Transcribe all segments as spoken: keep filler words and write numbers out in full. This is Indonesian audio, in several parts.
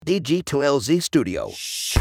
D G two L Z Studio.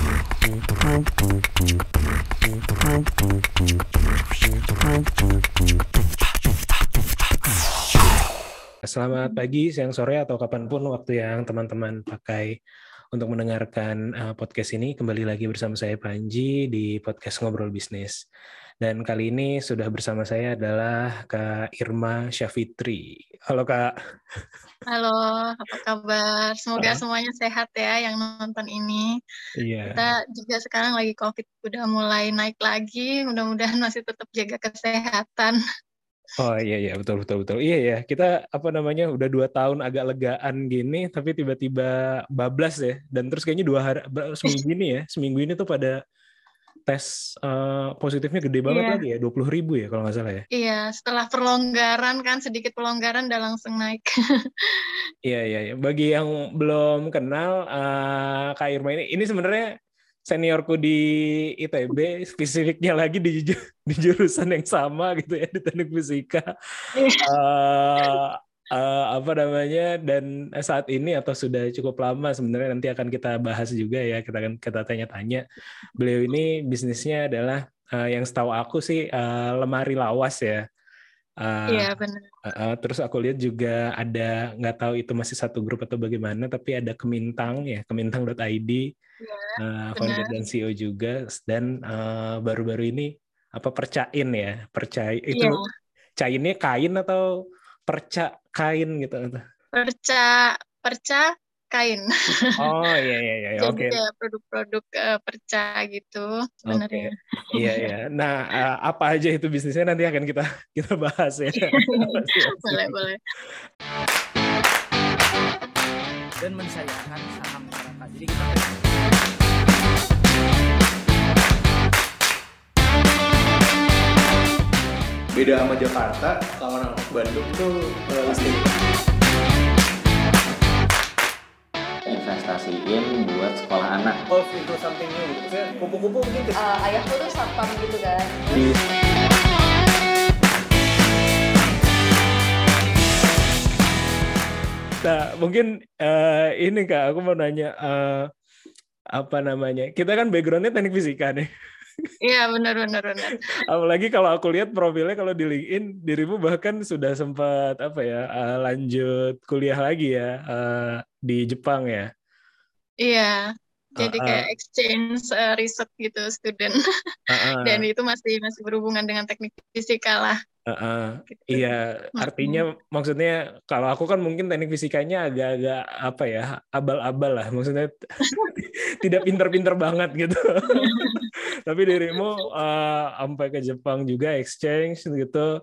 Selamat pagi, siang, sore, atau kapanpun waktu yang teman-teman pakai untuk mendengarkan uh, podcast ini. Kembali lagi bersama saya Panji di podcast Ngobrol Bisnis. Dan kali ini sudah bersama saya adalah Kak Irma Syafitri. Halo Kak. Halo, apa kabar? Semoga semuanya sehat ya yang nonton ini. Iya. Kita juga sekarang lagi COVID udah mulai naik lagi. Mudah-mudahan masih tetap jaga kesehatan. Oh iya iya betul betul betul iya ya, kita apa namanya udah dua tahun agak legaan gini tapi tiba-tiba bablas ya, dan terus kayaknya dua hari seminggu ini ya seminggu ini tuh pada tes uh, positifnya gede banget Iya. lagi ya, dua puluh ribu ya kalau nggak salah ya. Iya, setelah perlonggaran kan sedikit pelonggaran udah langsung naik. Iya iya iya, bagi yang belum kenal uh, Kak Irma ini ini sebenarnya seniorku di I T B, spesifiknya lagi di, di jurusan yang sama gitu ya, di teknik fisika. uh, uh, apa namanya, dan saat ini atau sudah cukup lama sebenarnya, nanti akan kita bahas juga ya, kita akan kita tanya-tanya. Beliau ini bisnisnya adalah uh, yang setahu aku sih uh, lemari lawas ya. Uh, Iya benar. Uh, terus aku lihat juga ada, nggak tahu itu masih satu grup atau bagaimana, tapi ada Kemintang ya, kemintang dot i d, Iya, uh, founder benar. dan C E O juga, dan uh, baru-baru ini apa percain ya, percaya itu Iya. cainnya kain atau perca kain gitu? Perca, perca kain. Oh iya iya iya, Jadi oke. kayak produk-produk uh, perca gitu sebenarnya. Oke. Iya iya. Nah, uh, apa aja itu bisnisnya nanti akan kita kita bahas ya. Boleh boleh. Dan mensayangkan saham masyarakat. Jadi kita beda sama Jakarta, kalau orang Bandung tuh uh, listing. Investasiin buat sekolah anak. Golf itu something new gitu. Saya kupu-kupu mungkin ke... uh, ayahku tuh satpam gitu kan. Di Nah, mungkin uh, ini Kak, aku mau nanya uh, apa namanya? Kita kan background-nya teknik fisika nih. Iya benar benar benar. Apalagi kalau aku lihat profilnya, kalau di LinkedIn dirimu bahkan sudah sempat apa ya uh, lanjut kuliah lagi ya uh, di Jepang ya. Iya. Jadi Uh, uh, kayak exchange uh, riset gitu student. uh, uh, Dan itu masih masih berhubungan dengan teknik fisika lah. uh, uh, Gitu. iya, artinya maksudnya kalau aku kan mungkin teknik fisikanya agak-agak apa ya, abal-abal lah. Maksudnya tidak pinter-pinter banget gitu. Tapi dirimu uh, sampai ke Jepang juga exchange gitu.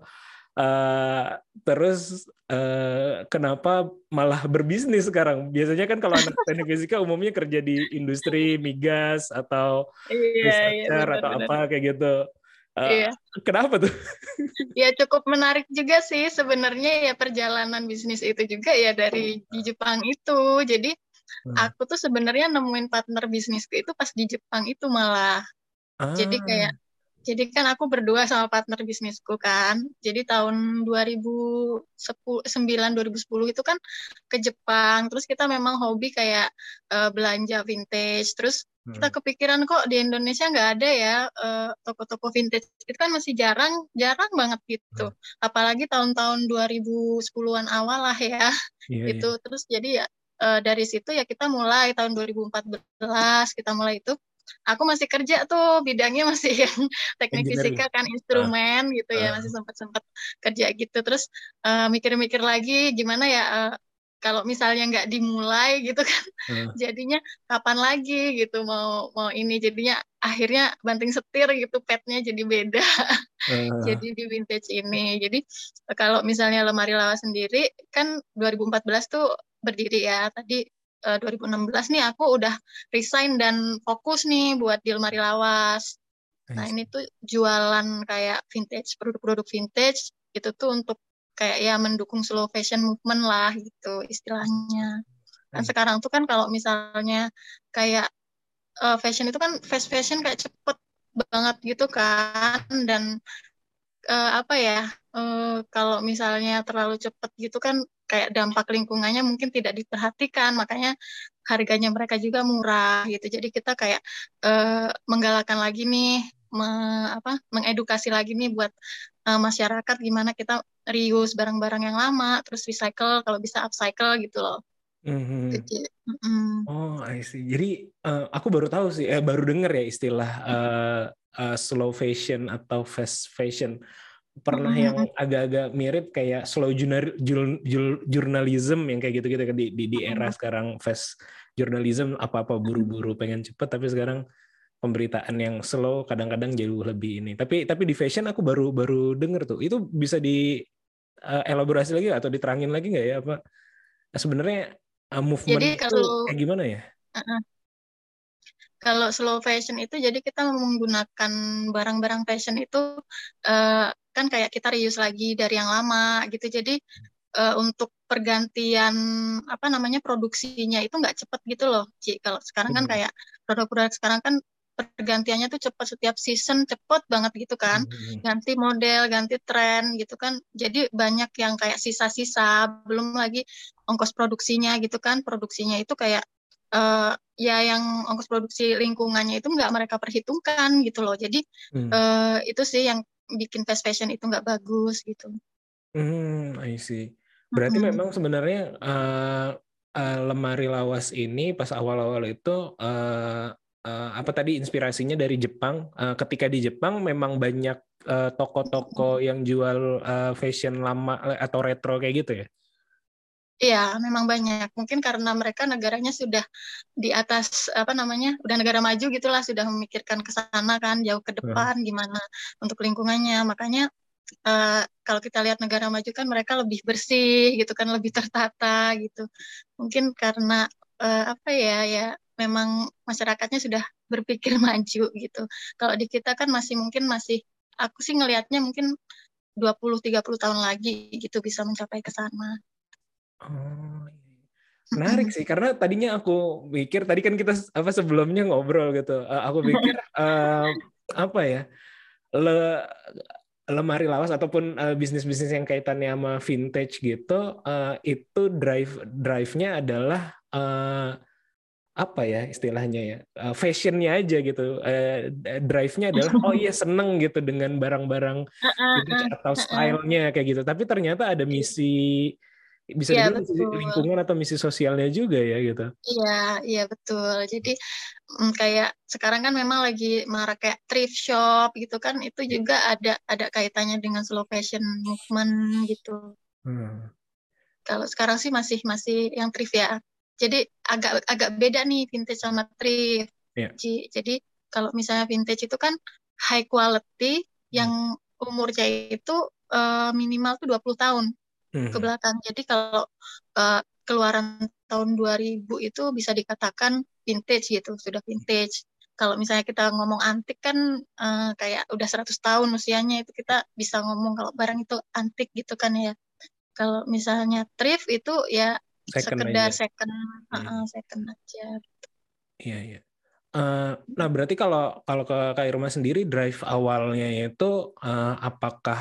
Uh, terus uh, kenapa malah berbisnis sekarang? Biasanya kan kalau anak teknik fisika umumnya kerja di industri migas atau Iya, iya researcher atau benar-benar. apa kayak gitu. Uh, Iya. Kenapa tuh? Ya cukup menarik juga sih sebenarnya ya perjalanan bisnis itu juga ya dari di Jepang itu. Jadi Hmm. aku tuh sebenarnya nemuin partner bisnisku itu pas di Jepang itu malah. Ah. Jadi kayak Jadi kan aku berdua sama partner bisnisku kan. Jadi tahun dua ribu sembilan dua ribu sepuluh itu kan ke Jepang. Terus kita memang hobi kayak uh, belanja vintage. Terus hmm. kita kepikiran kok di Indonesia nggak ada ya uh, toko-toko vintage. Itu kan masih jarang, jarang banget gitu. Hmm. Apalagi tahun-tahun dua ribu sepuluhan awal lah ya. Yeah, itu yeah. Terus jadi ya uh, dari situ ya kita mulai tahun dua ribu empat belas kita mulai itu. Aku masih kerja tuh bidangnya masih yang teknik fisika kan instrumen uh, gitu ya uh. masih sempat-sempat kerja gitu terus uh, mikir-mikir lagi gimana ya uh, kalau misalnya nggak dimulai gitu kan uh. jadinya kapan lagi gitu mau mau ini jadinya akhirnya banting setir gitu petnya jadi beda uh. jadi di vintage ini jadi kalau misalnya lemari lawas sendiri kan dua ribu empat belas tuh berdiri ya tadi dua ribu enam belas nih aku udah resign dan fokus nih buat di lemari lawas. Nah ini tuh jualan kayak vintage, produk-produk vintage itu tuh untuk kayak ya mendukung slow fashion movement lah gitu istilahnya. Dan sekarang tuh kan kalau misalnya kayak uh, fashion itu kan fast fashion kayak cepet banget gitu kan dan uh, apa ya uh, kalau misalnya terlalu cepet gitu kan kayak dampak lingkungannya mungkin tidak diperhatikan, makanya harganya mereka juga murah gitu. Jadi kita kayak uh, menggalakkan lagi nih, me, apa, mengedukasi lagi nih buat uh, masyarakat gimana kita reuse barang-barang yang lama, terus recycle kalau bisa upcycle gitu loh. Mhm. Gitu. Mm-mm. Oh, I see. Jadi uh, aku baru tahu sih, eh, baru dengar ya istilah uh, uh, slow fashion atau fast fashion. Pernah yang Mm-mm. agak-agak mirip kayak slow jurnal, jul- jul- journalism yang kayak gitu-gitu kan di, di, di era sekarang fast journalism apa-apa buru-buru pengen cepet, tapi sekarang pemberitaan yang slow kadang-kadang jauh lebih ini. Tapi tapi di fashion aku baru baru denger tuh. Itu bisa di uh, elaborasi lagi atau diterangin lagi nggak ya apa sebenarnya uh, movement Jadi itu kalau kayak gimana ya? uh-uh. Kalau slow fashion itu jadi kita menggunakan barang-barang fashion itu uh, kan kayak kita reuse lagi dari yang lama gitu. Jadi uh, untuk pergantian apa namanya produksinya itu nggak cepat gitu loh, Ci. Kalau sekarang kan Hmm. kayak produk-produk sekarang kan pergantiannya tuh cepat, setiap season cepet banget gitu kan. Hmm. Ganti model, ganti tren gitu kan. Jadi banyak yang kayak sisa-sisa, belum lagi ongkos produksinya gitu kan. Produksinya itu kayak uh, ya yang ongkos produksi lingkungannya itu nggak mereka perhitungkan gitu loh. Jadi Hmm. uh, itu sih yang bikin fast fashion itu nggak bagus gitu. Hmm, I see. Berarti Mm-mm. memang sebenarnya uh, uh, lemari lawas ini pas awal-awal itu uh, uh, apa tadi inspirasinya dari Jepang. Uh, ketika di Jepang memang banyak uh, toko-toko yang jual uh, fashion lama atau retro kayak gitu ya. Iya, memang banyak. Mungkin karena mereka negaranya sudah di atas apa namanya, udah negara maju gitulah, sudah memikirkan ke sana kan, jauh ke Hmm. depan gimana untuk lingkungannya. Makanya uh, kalau kita lihat negara maju kan mereka lebih bersih gitu kan, lebih tertata gitu. Mungkin karena uh, apa ya, ya memang masyarakatnya sudah berpikir maju gitu. Kalau di kita kan masih mungkin masih, aku sih ngelihatnya mungkin dua puluh tiga puluh tahun lagi gitu bisa mencapai ke sana. Oh, menarik sih karena tadinya aku pikir tadi kan kita apa sebelumnya ngobrol gitu. Uh, aku pikir uh, apa ya? Le, lemari lawas ataupun uh, bisnis-bisnis yang kaitannya sama vintage gitu uh, itu drive drive-nya adalah uh, apa ya istilahnya ya uh, fashionnya aja gitu uh, drive-nya adalah oh iya seneng gitu dengan barang-barang vintage atau stylenya kayak gitu tapi ternyata ada misi bisa Iya, dibilang misi betul. lingkungan atau misi sosialnya juga ya gitu. Iya, iya betul. Jadi mm, kayak sekarang kan memang lagi marak kayak thrift shop gitu kan, itu juga ada ada kaitannya dengan slow fashion movement gitu. Hmm. Kalau sekarang sih masih masih yang thrift ya. Jadi agak agak beda nih vintage sama thrift. Ya. Ji- Jadi kalau misalnya vintage itu kan high quality yang umurnya itu eh, minimal tuh dua puluh tahun ke Hmm. belakang. Jadi kalau uh, keluaran tahun dua ribu itu bisa dikatakan vintage gitu, sudah vintage. Kalau misalnya kita ngomong antik kan uh, kayak udah seratus tahun usianya itu kita bisa ngomong kalau barang itu antik gitu kan ya. Kalau misalnya thrift itu ya Second sekedar aja. second, uh, Hmm. second aja. Iya, iya. Uh, nah, berarti kalau kalau ke Kak Irma sendiri drive awalnya itu uh, apakah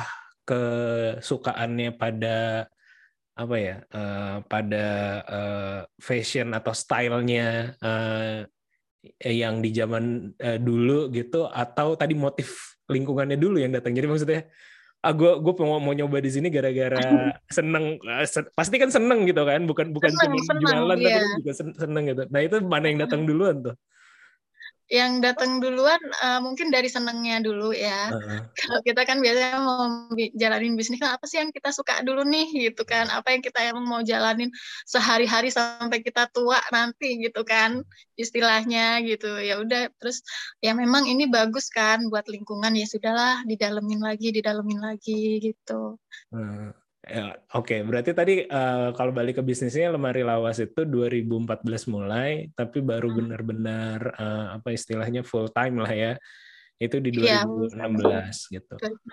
kesukaannya pada apa ya, uh, pada uh, fashion atau stylenya uh, yang di zaman uh, dulu gitu, atau tadi motif lingkungannya dulu yang datang. Jadi maksudnya, ah gue gue mau, mau nyoba di sini gara-gara seneng, uh, sen- pasti kan seneng gitu kan, bukan bukan Senang, cuma senang, jualan tapi iya. kan juga sen- seneng gitu. Nah itu mana yang datang duluan tuh? Yang datang duluan uh, mungkin dari senengnya dulu ya. Uh, Kalau kita kan biasanya mau bi- jalanin bisnis kan apa sih yang kita suka dulu nih gitu kan. Apa yang kita emang mau jalanin sehari-hari sampai kita tua nanti gitu kan istilahnya gitu. Ya udah terus ya memang ini bagus kan buat lingkungan ya sudahlah didalemin lagi, didalemin lagi gitu. uh, ya, Oke, okay. Berarti tadi uh, kalau balik ke bisnisnya lemari lawas itu dua ribu empat belas mulai, tapi baru benar-benar uh, apa istilahnya full time lah ya. Itu di Iya, dua ribu enam belas gitu.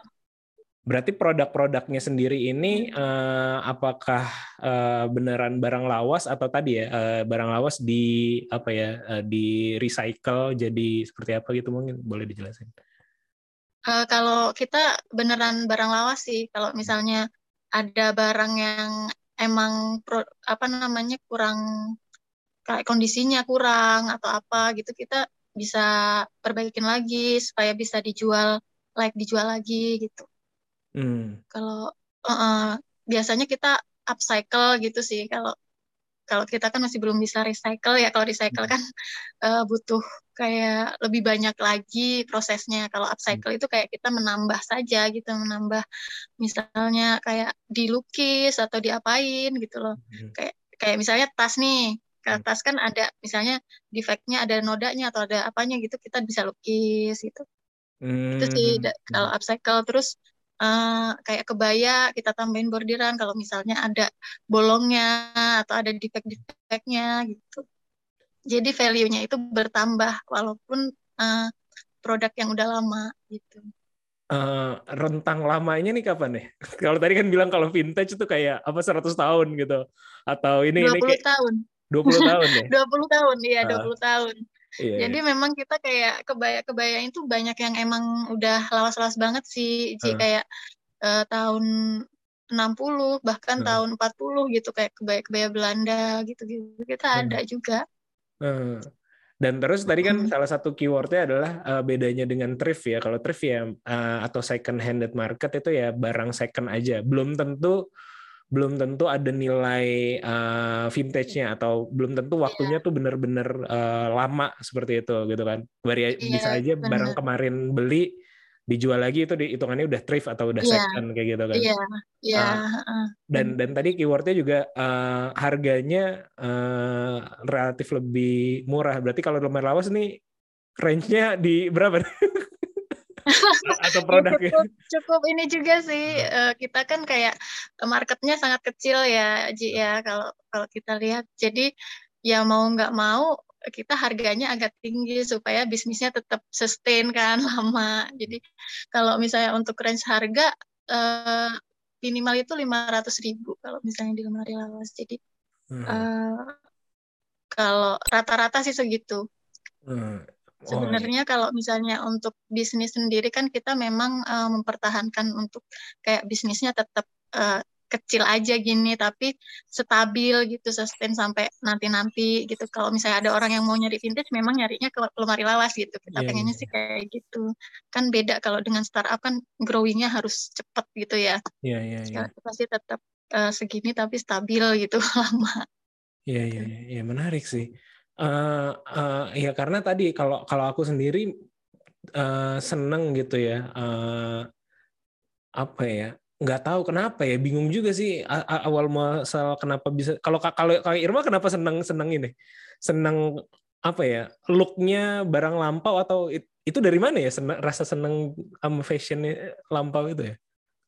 Berarti produk-produknya sendiri ini eh, apakah eh, beneran barang lawas atau tadi ya eh, barang lawas di apa ya eh, di recycle jadi seperti apa gitu mungkin boleh dijelasin? Uh, kalau kita beneran barang lawas sih. Kalau misalnya ada barang yang emang pro, apa namanya kurang kayak kondisinya kurang atau apa gitu, kita bisa perbaikin lagi supaya bisa dijual, like dijual lagi gitu. Hmm. Kalau uh, biasanya kita upcycle gitu sih. Kalau kalau kita kan masih belum bisa recycle ya. Kalau recycle kan uh, butuh kayak lebih banyak lagi prosesnya. Kalau upcycle itu kayak kita menambah saja gitu, menambah misalnya kayak dilukis atau diapain gitu loh. Hmm. Kayak kayak misalnya tas nih. Kalau tas kan ada misalnya defeknya, ada nodanya atau ada apanya gitu, kita bisa lukis gitu. Itu sih Hmm. da- kalau upcycle. Terus eh, kayak kebaya kita tambahin bordiran kalau misalnya ada bolongnya atau ada defek-defeknya gitu. Jadi value-nya itu bertambah walaupun eh, produk yang udah lama gitu. Eh, rentang lamanya nih kapan nih? Kalau tadi kan bilang kalau vintage itu kayak apa seratus tahun gitu. Atau ini dua ini puluh kayak tahun. dua puluh tahun ya? dua puluh tahun, iya dua Ah, puluh tahun. iya, iya. Jadi memang kita kayak kebaya-kebaya itu banyak yang emang udah lawas-lawas banget sih. Ji. Ah, Kayak eh, tahun enam puluh bahkan ah, tahun empat puluh gitu, kayak kebaya-kebaya Belanda gitu-gitu. Kita ah, ada juga. ah. Dan terus tadi kan Mm. salah satu keywordnya adalah eh, bedanya dengan thrift ya. Kalau thrift ya eh, atau second handed market itu ya barang second aja. Belum tentu belum tentu ada nilai eh, vintage-nya atau belum tentu waktunya Iya, tuh benar-benar eh, lama seperti itu gitu kan. Vari- iya Bisa aja barang benar. kemarin beli dijual lagi itu dihitungannya udah thrift atau udah Iya, second kayak gitu kan. iya, iya. Ah, heeh. dan Benar. dan tadi keywordnya juga eh, harganya eh, relatif lebih murah. Berarti kalau lemari lawas nih range-nya di berapa nih? Atau Ya produknya? cukup cukup ini juga sih. Eh, kita kan kayak marketnya sangat kecil ya Ji ya, kalau kalau kita lihat. Jadi ya mau nggak mau kita harganya agak tinggi supaya bisnisnya tetap sustain kan lama. Jadi kalau misalnya untuk range harga eh, minimal itu lima ratus ribu kalau misalnya di lemari lawas. Jadi Hmm, eh, kalau rata-rata sih segitu. hmm. Oh iya. Sebenarnya kalau misalnya untuk bisnis sendiri kan kita memang eh, mempertahankan untuk kayak bisnisnya tetap eh, kecil aja gini, tapi stabil gitu, sustain sampai nanti-nanti gitu. Kalau misalnya ada orang yang mau nyari vintage, memang nyarinya ke lemari lawas gitu. Kita Iya, iya, pengennya sih kayak gitu. Kan beda kalau dengan startup kan growing-nya harus cepet gitu ya. iya, iya, iya. Sekarang pasti tetap eh, segini tapi stabil gitu lama Iya, iya, gitu. iya, iya, menarik sih. Eh, eh, ya karena tadi kalau kalau aku sendiri eh, seneng gitu ya. eh, apa ya? Nggak tahu kenapa ya, bingung juga sih a- a- awal masal kenapa bisa. Kalau Kak- kalau kalau Irma kenapa seneng seneng ini? Seneng apa ya? Looknya barang lampau atau it- itu dari mana ya? Seneng, rasa seneng sama fashionnya lampau itu ya?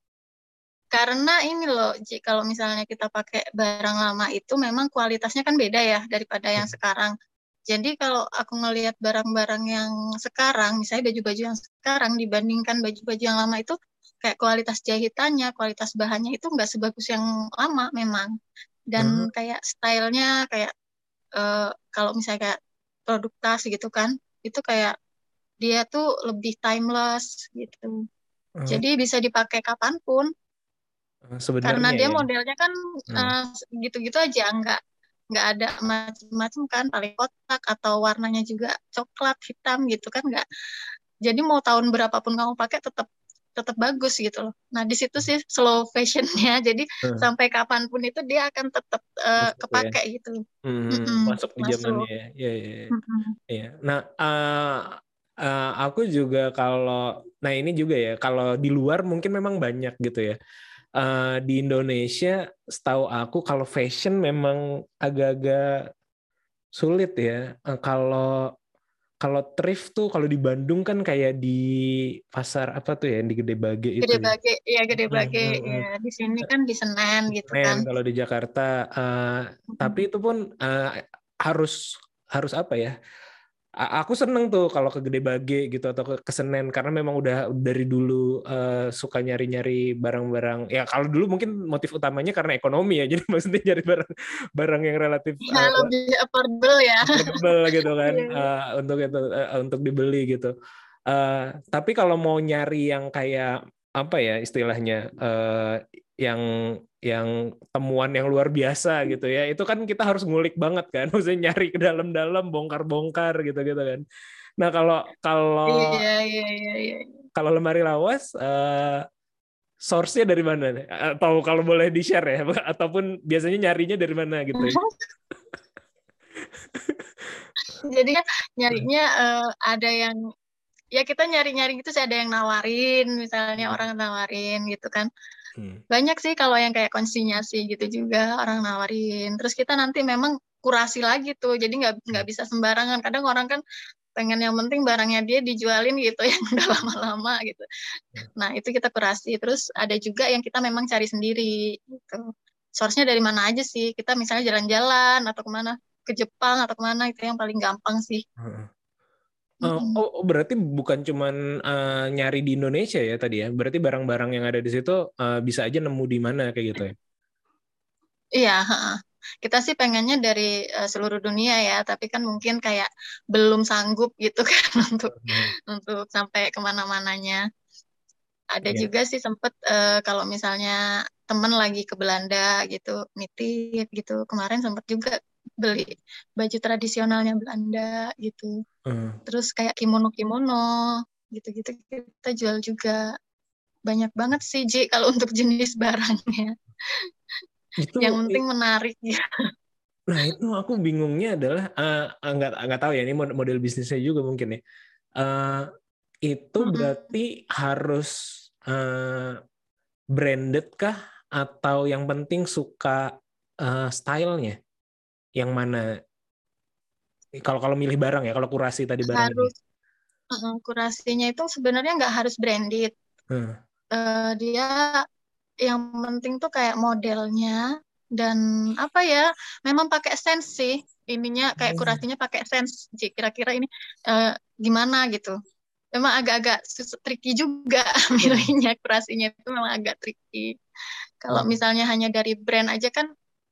Karena ini loh, Ji, kalau misalnya kita pakai barang lama itu memang kualitasnya kan beda ya daripada yang sekarang. Jadi kalau aku ngelihat barang-barang yang sekarang, misalnya baju-baju yang sekarang dibandingkan baju-baju yang lama itu kayak kualitas jahitannya, kualitas bahannya itu nggak sebagus yang lama memang. Hmm. Dan kayak stylenya kayak eh, kalau misalnya kayak produk tas gitu kan, itu kayak dia tuh lebih timeless gitu. Oh, Jadi bisa dipakai kapanpun karena sebenarnya dia ya. modelnya kan Hmm. eh, gitu-gitu aja, nggak nggak ada macam-macam kan, paling kotak atau warnanya juga coklat hitam gitu kan, nggak. Jadi mau tahun berapapun kamu pakai tetap tetap bagus gitu loh. Nah di situ sih slow fashionnya. Jadi Hmm. sampai kapanpun itu dia akan tetap eh, Masuk ya. kepake gitu. Hmm, Mm-mm, masuk di zamannya masuk. ya. Iya, iya, iya. Mm-mm. Iya. Nah, eh, eh, aku juga kalau, nah ini juga ya, kalau di luar mungkin memang banyak gitu ya. Eh, di Indonesia, setahu aku kalau fashion memang agak-agak sulit ya. Eh, kalau kalau thrift tuh kalau di Bandung kan kayak di pasar apa tuh ya, yang di Gede Bage itu Gede ya. Bage, ya Gede Hmm, Bage hmm, ya hmm. di sini kan di Senen gitu Men kan. kalau di Jakarta, eh, tapi Mm-mm. itu pun eh, harus harus apa ya? A- Aku seneng tuh kalau ke Gede Bage gitu atau ke, ke Senen karena memang udah dari dulu eh, suka nyari-nyari barang-barang. Ya kalau dulu mungkin motif utamanya karena ekonomi ya, jadi maksudnya nyari barang barang yang relatif Ya eh, lebih affordable ya. affordable gitu kan Iya. eh, untuk itu eh, untuk dibeli gitu. Eh, tapi kalau mau nyari yang kayak apa ya istilahnya eh, yang yang temuan yang luar biasa gitu ya. Itu kan kita harus ngulik banget kan, maksudnya nyari ke dalam-dalam, bongkar-bongkar gitu-gitu kan. Nah, kalau kalau Iya, iya, iya, iya. kalau lemari lawas eh, source-nya dari mana nih? Atau kalau boleh di-share ya, ataupun biasanya nyarinya dari mana gitu ya? Jadi kan nyarinya eh, ada yang ya kita nyari-nyari gitu sih, ada yang nawarin, misalnya Hmm. orang nawarin gitu kan. Hmm. Banyak sih kalau yang kayak konsinyasi gitu juga orang nawarin. Terus kita nanti memang kurasi lagi tuh, jadi nggak nggak bisa sembarangan. Kadang orang kan pengen yang penting barangnya dia dijualin gitu yang udah lama-lama gitu. Nah itu kita kurasi. Terus ada juga yang kita memang cari sendiri gitu. Source-nya dari mana aja sih? Kita misalnya jalan-jalan atau kemana? Ke Jepang atau kemana, itu yang paling gampang sih. Heeh. Oh, Mm-mm. oh, oh, berarti bukan cuman eh, nyari di Indonesia ya tadi ya? Berarti barang-barang yang ada di situ eh, bisa aja nemu di mana kayak gitu ya? Iya, heeh. Kita sih pengennya dari eh, seluruh dunia ya, tapi kan mungkin kayak belum sanggup gitu kan untuk Hmm. untuk sampai kemana-mananya. Ada Iya. juga sih sempet eh, kalau misalnya temen lagi ke Belanda gitu, nitip gitu. Kemarin sempet juga beli baju tradisionalnya Belanda gitu. Hmm. Terus kayak kimono-kimono gitu-gitu kita jual juga. Banyak banget sih, Ji, kalau untuk jenis barangnya. Itu Yang penting menarik ya. Nah itu aku bingungnya adalah eh, nggak nggak tahu ya, ini mod- model bisnisnya juga mungkin ya. Eh, itu Mm-mm. berarti harus eh, branded kah, atau yang penting suka eh, stylenya? Yang mana? Kalau kalau milih barang ya, kalau kurasi tadi barang ini. Harus mm, kurasinya itu sebenarnya nggak harus branded. Hmm. Eh, dia yang penting tuh kayak modelnya dan apa ya, memang pakai sense sih ininya, kayak kurasinya pakai sense. Ji, kira-kira ini eh, gimana gitu. Memang agak-agak sus- tricky juga milihnya, kurasinya itu memang agak tricky. Kalau Hmm. misalnya hanya dari brand aja kan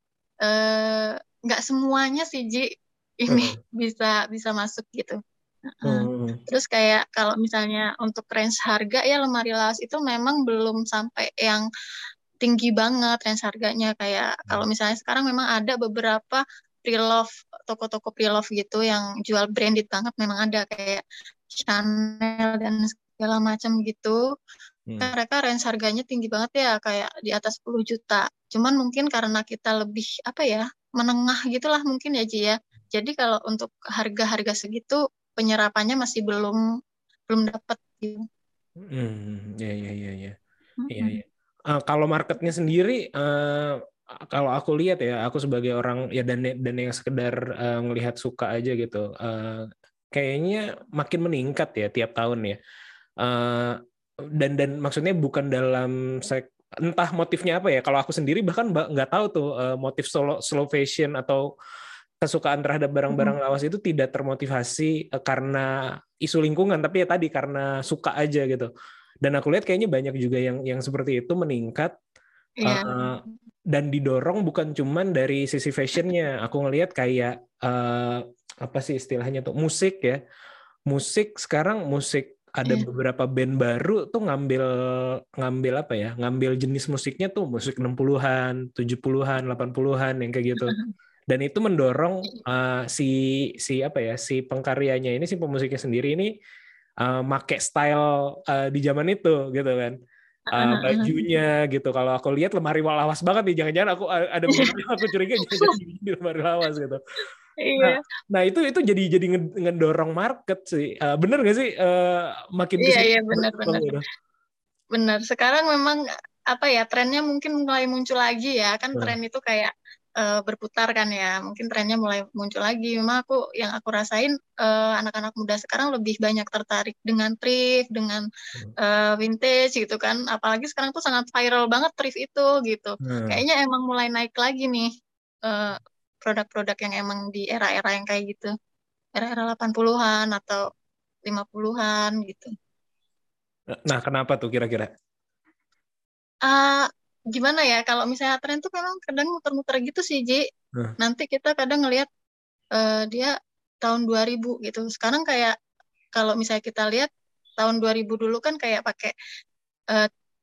eh, nggak semuanya sih, Ji, ini Hmm. bisa bisa masuk gitu. Heeh. Hmm. Terus kayak kalau misalnya untuk range harga ya, lemari lawas itu memang belum sampai yang tinggi banget range harganya. Kayak kalau misalnya sekarang memang ada beberapa pre-love, toko-toko pre-love gitu yang jual branded banget, memang ada kayak Chanel dan segala macam gitu. Hmm. Mereka range harganya tinggi banget ya, kayak di atas sepuluh juta. Cuman mungkin karena kita lebih apa ya, menengah gitulah mungkin ya, Ji ya. Jadi kalau untuk harga-harga segitu penyerapannya masih belum belum dapat gitu. Hmm. Ya, ya, ya, ya. Iya, Mm-mm. iya. Eh, kalau marketnya sendiri, eh, kalau aku lihat ya, aku sebagai orang ya, dan dan yang sekedar eh, ngelihat suka aja gitu, eh, kayaknya makin meningkat ya tiap tahun ya. Eh, dan dan maksudnya bukan dalam sek- entah motifnya apa ya. Kalau aku sendiri bahkan ba- nggak tahu tuh eh, motif slow, slow fashion atau kesukaan terhadap barang-barang lawas itu tidak termotivasi eh, karena isu lingkungan, tapi ya tadi karena suka aja gitu. Dan aku lihat kayaknya banyak juga yang yang seperti itu meningkat, Iya. eh, dan didorong bukan cuman dari sisi fashionnya. Aku ngelihat kayak eh, apa sih istilahnya tuh, musik ya. Musik sekarang, musik ada Iya. beberapa band baru tuh ngambil ngambil apa ya? Ngambil jenis musiknya tuh musik enam puluhan, tujuh puluhan, delapan puluhan yang kayak gitu. Dan itu mendorong uh, si si apa ya? Si pengkaryanya ini, si pemusiknya sendiri ini uh, make style uh, di zaman itu gitu kan. Uh, bajunya gitu. Kalau aku lihat lemari lawas banget nih. Jangan-jangan aku ada beberapa yang aku curiga jangan-jangan di lemari lawas gitu. Nah, Iya. nah itu itu jadi jadi nge- ngedorong market sih. Uh, bener nggak sih? Uh, makin Iya, kesini iya, berkembang benar-benar. gitu. Benar. Sekarang memang apa ya, trennya mungkin mulai muncul lagi ya. Kan Nah, tren itu kayak eh, berputar kan ya. Mungkin trennya mulai muncul lagi. Memang aku yang aku rasain eh, anak-anak muda sekarang lebih banyak tertarik dengan thrift, dengan eh, vintage gitu kan. Apalagi sekarang tuh sangat viral banget thrift itu gitu. nah. Kayaknya emang mulai naik lagi nih eh, produk-produk yang emang di era-era yang kayak gitu. Era-era delapan puluhan atau lima puluhan gitu. Nah, kenapa tuh kira-kira? Ah, gimana ya, kalau misalnya tren tuh memang kadang muter-muter gitu sih, Ji. Nah, Nanti kita kadang ngelihat eh, dia tahun dua ribu gitu. Sekarang kayak kalau misalnya kita lihat tahun dua ribu dulu kan kayak pakai eh,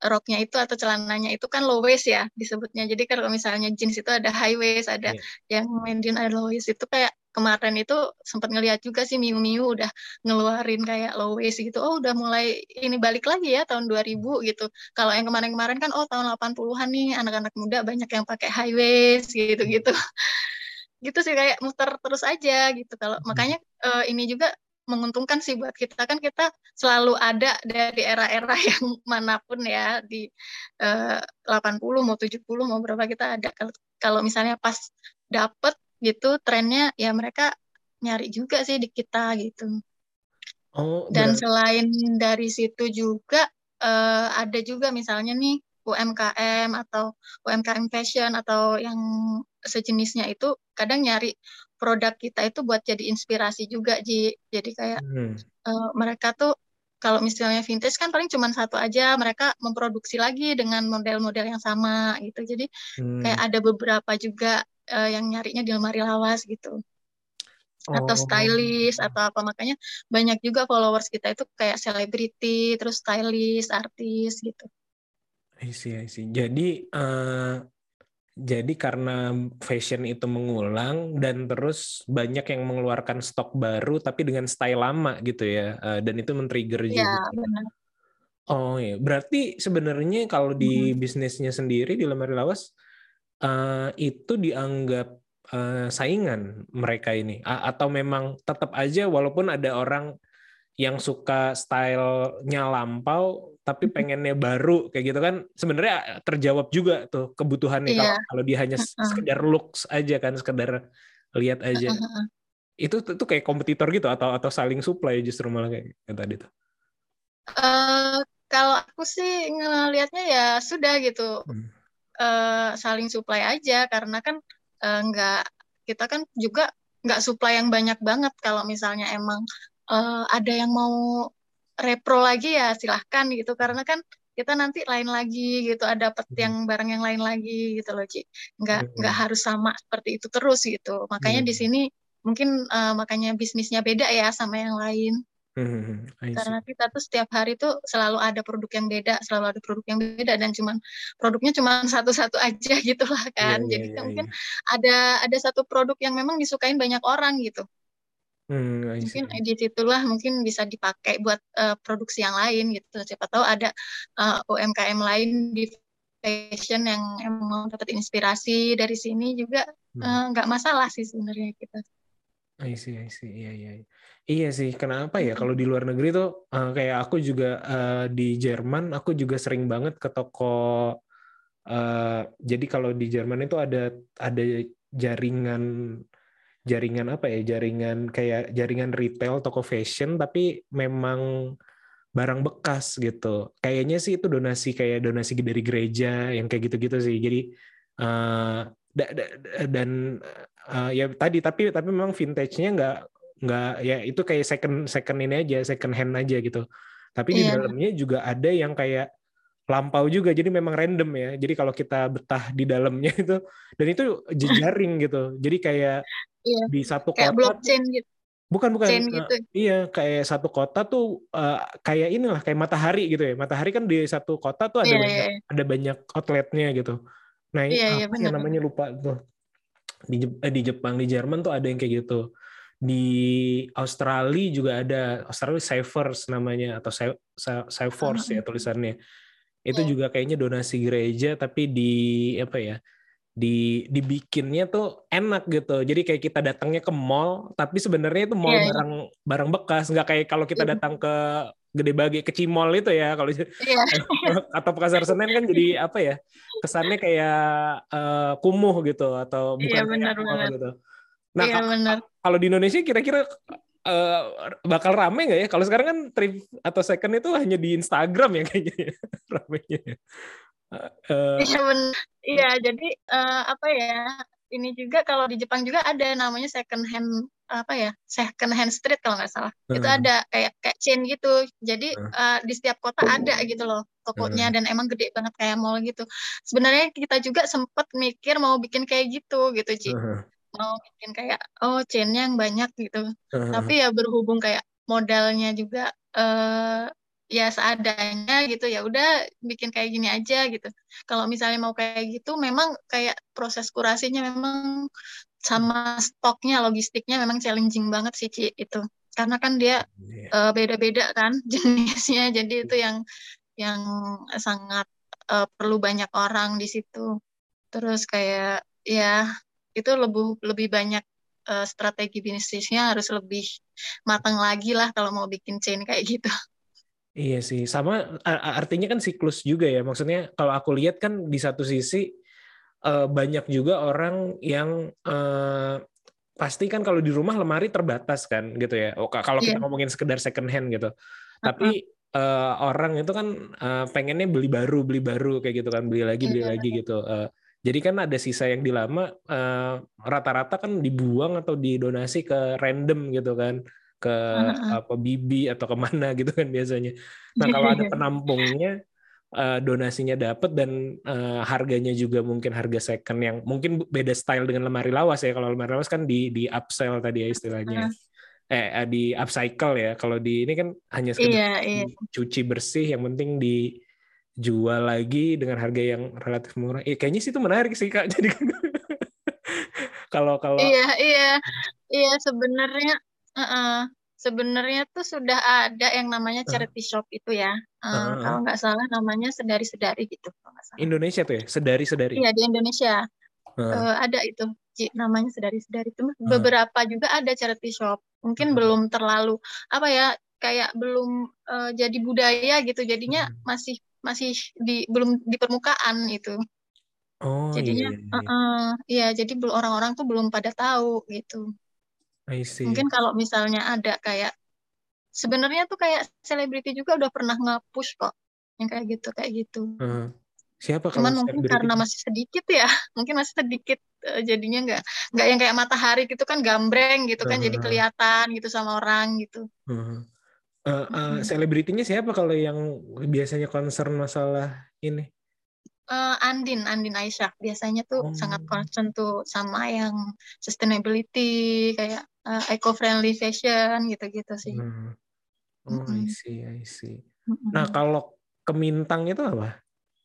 roknya itu atau celananya itu kan low waist ya disebutnya. Jadi kalau misalnya jeans itu ada high waist, ada Iya. yang medium, ada low waist. Itu kayak kemarin itu sempat ngeliat juga sih Miu Miu udah ngeluarin kayak low waist gitu. Oh udah mulai ini balik lagi ya tahun dua ribu gitu. Kalau yang kemarin-kemarin kan oh tahun delapan puluhan nih anak-anak muda banyak yang pakai high waist gitu-gitu. Gitu sih kayak muter terus aja gitu. Kalau makanya eh, ini juga menguntungkan sih buat kita kan kita selalu ada dari era-era yang manapun ya di eh, delapan puluh mau tujuh puluh mau berapa kita ada. Kalau kalau misalnya pas dapet gitu trennya ya mereka nyari juga sih di kita gitu. Oh, Dan berarti selain dari situ juga eh, ada juga misalnya nih U M K M atau U M K M fashion atau yang sejenisnya itu kadang nyari produk kita itu buat jadi inspirasi juga Ji. Jadi kayak hmm, eh, mereka tuh kalau misalnya vintage kan paling cuma satu aja, mereka memproduksi lagi dengan model-model yang sama gitu. Jadi kayak hmm. ada beberapa juga eh, yang nyarinya di lemari lawas gitu atau Oh, stylist atau apa makanya banyak juga followers kita itu kayak selebriti terus stylist artis gitu. I see, I see. Jadi eh, jadi karena fashion itu mengulang dan terus banyak yang mengeluarkan stok baru tapi dengan style lama gitu ya. Eh, dan itu men-trigger Iya juga. benar. Oh ya, berarti sebenarnya kalau di Mm. bisnisnya sendiri di lemari lawas eh, itu dianggap eh, saingan mereka ini. A- atau memang tetap aja walaupun ada orang yang suka stylenya lampau tapi pengennya baru kayak gitu kan sebenarnya terjawab juga tuh kebutuhannya kalau Iya. kalau dia hanya Heeh. sekedar looks aja kan sekedar lihat aja Heeh. itu tuh tuh kayak kompetitor gitu atau atau saling supply justru malah kayak yang tadi tuh. Eh, kalau aku sih ngelihatnya ya sudah gitu Hmm. eh, saling supply aja karena kan eh, nggak kita kan juga nggak supply yang banyak banget kalau misalnya emang eh, ada yang mau repro lagi ya silahkan gitu karena kan kita nanti lain lagi gitu ada dapet yang barang yang lain lagi gitu loh Ci nggak nggak Hmm. harus sama seperti itu terus gitu makanya di Hmm. sini mungkin eh, makanya bisnisnya beda ya sama yang lain. Hmm. I see. Karena kita tuh setiap hari tuh selalu ada produk yang beda, selalu ada produk yang beda dan cuman produknya cuma satu-satu aja gitu lah Iya, kan. iya, Jadi iya, mungkin iya. ada ada satu produk yang memang disukain banyak orang gitu. Hmm, I see. Mungkin di situlah mungkin bisa dipakai buat eh, produksi yang lain gitu. Siapa tahu ada eh, U M K M lain di fashion yang emang dapat inspirasi dari sini juga Hmm. eh, nggak masalah sih sebenarnya kita. I see, I see. Iya, iya. Iya sih, kenapa ya kalau di luar negeri tuh eh, kayak aku juga eh, di Jerman, aku juga sering banget ke toko. eh, jadi kalau di Jerman itu ada ada jaringan jaringan apa ya? Jaringan kayak jaringan retail toko fashion, tapi memang barang bekas gitu. Kayaknya sih itu donasi kayak donasi dari gereja yang kayak gitu-gitu sih. Jadi eh, da- da- dan eh, ya tadi tapi tapi memang vintage-nya nggak nggak ya itu kayak second second ini aja second hand aja gitu. Tapi di Iya, dalamnya juga ada yang kayak lampau juga. Jadi memang random ya. Jadi kalau kita betah di dalamnya itu dan itu jejaring gitu. Jadi kayak iya. di satu Kayak kota tuh blockchain gitu, bukan bukan chain eh, gitu. iya kayak satu kota tuh eh, kayak inilah kayak matahari gitu ya. Matahari kan di satu kota tuh ada Iya, iya, banyak iya. ada banyak outletnya gitu. Nah, Iya, iya apa ya benar. namanya lupa tuh. Di Jep- eh, di Jepang, di Jerman tuh ada yang kayak gitu. Di Australia juga ada. Australia Savers namanya atau Sa- Sa- Savers ya tulisannya. Itu Iya. juga kayaknya donasi gereja tapi di apa ya? Di dibikinnya tuh enak gitu. Jadi kayak kita datangnya ke mall, tapi sebenarnya itu mall Iya, iya. barang barang bekas, nggak kayak kalau kita Iya. datang ke Gede Bage ke Cimol itu ya kalau Iya, atau Pasar Senen kan jadi apa ya? Kesannya kayak eh, kumuh gitu atau iya bukan kayak mall benar-benar. gitu. Nah, Iya ka- benar. kalau di Indonesia kira-kira eh, bakal rame nggak ya? Kalau sekarang kan thrift atau second itu hanya di Instagram ya kayaknya ya, ramenya. Eh, eh, Iya benar. Iya, jadi eh, apa ya? Ini juga kalau di Jepang juga ada namanya second hand apa ya? Second hand street kalau nggak salah. Itu eh, ada kayak kayak chain gitu. Jadi eh, eh, di setiap kota ada gitu loh tokonya eh, dan emang gede banget kayak mall gitu. Sebenarnya kita juga sempet mikir mau bikin kayak gitu gitu, Ci. eh, Mau bikin kayak oh chainnya yang banyak gitu. eh, Tapi ya berhubung kayak modalnya juga eh ya seadanya gitu, ya udah bikin kayak gini aja gitu. Kalau misalnya mau kayak gitu memang kayak proses kurasinya memang sama stoknya, logistiknya memang challenging banget sih Ci itu. Karena kan dia Iya. eh, beda-beda kan jenisnya, jadi itu yang yang sangat eh, perlu banyak orang di situ. Terus kayak ya itu lebih lebih banyak eh, strategi bisnisnya harus lebih matang lagi lah kalau mau bikin chain kayak gitu. Iya sih, sama a- a- artinya kan siklus juga ya. Maksudnya kalau aku lihat kan di satu sisi eh, banyak juga orang yang eh, pasti kan kalau di rumah lemari terbatas kan gitu ya. Oh, ka- kalau Iya. kita ngomongin sekedar second hand gitu. Heeh. Tapi eh, orang itu kan eh, pengennya beli baru, beli baru kayak gitu kan, beli lagi, beli Iya. lagi gitu. Eh, jadi kan ada sisa yang di lama eh, rata-rata kan dibuang atau didonasi ke random gitu kan, ke Heeh. apa bibi atau kemana gitu kan biasanya. Nah kalau ada penampungnya eh, donasinya dapat dan eh, harganya juga mungkin harga second yang mungkin beda style dengan lemari lawas ya. Kalau lemari lawas kan di di upsell tadi ya istilahnya. Heeh. Eh eh, di upcycle ya. Kalau di ini kan hanya sekedar Iya, iya. cuci bersih, yang penting dijual lagi dengan harga yang relatif murah. Eh, kayaknya sih itu menarik sih Kak. Jadi kalau kalau Iya, iya, iya sebenarnya, heeh. Sebenarnya tuh sudah ada yang namanya eh, charity shop itu ya. eh, Eh, eh, kalau nggak salah namanya Sedari-Sedari gitu, kalau nggak salah. Indonesia tuh ya, sedari-sedari. Iya di Indonesia Eh, eh, ada itu, Ci, namanya Sedari-Sedari itu. eh, Beberapa juga ada charity shop. Mungkin eh, belum terlalu apa ya, kayak belum eh, jadi budaya gitu. Jadinya eh. masih masih di belum di permukaan itu. Oh iya Jadinya, iya eh, iya. eh, iya jadi bel- orang-orang tuh belum pada tahu gitu. I see. Mungkin kalau misalnya ada kayak sebenarnya tuh kayak selebriti juga udah pernah nge-push kok yang kayak gitu kayak gitu. Eh, siapa kalau Cuman mungkin selebriti? karena masih sedikit ya, mungkin masih sedikit eh, jadinya nggak nggak yang kayak Matahari gitu kan gambreng gitu kan jadi Eh, kelihatan gitu sama orang gitu. eh. Eh, eh, Mm-mm. selebritinya siapa kalau yang biasanya concern masalah ini? Eh, Andin, Andin Aisyah biasanya tuh Oh, sangat concern tuh sama yang sustainability kayak eh, eco-friendly fashion gitu-gitu sih. hmm. Oh, I Mm-mm. see, I see. Nah, Mm-mm. kalau Kemintang itu apa?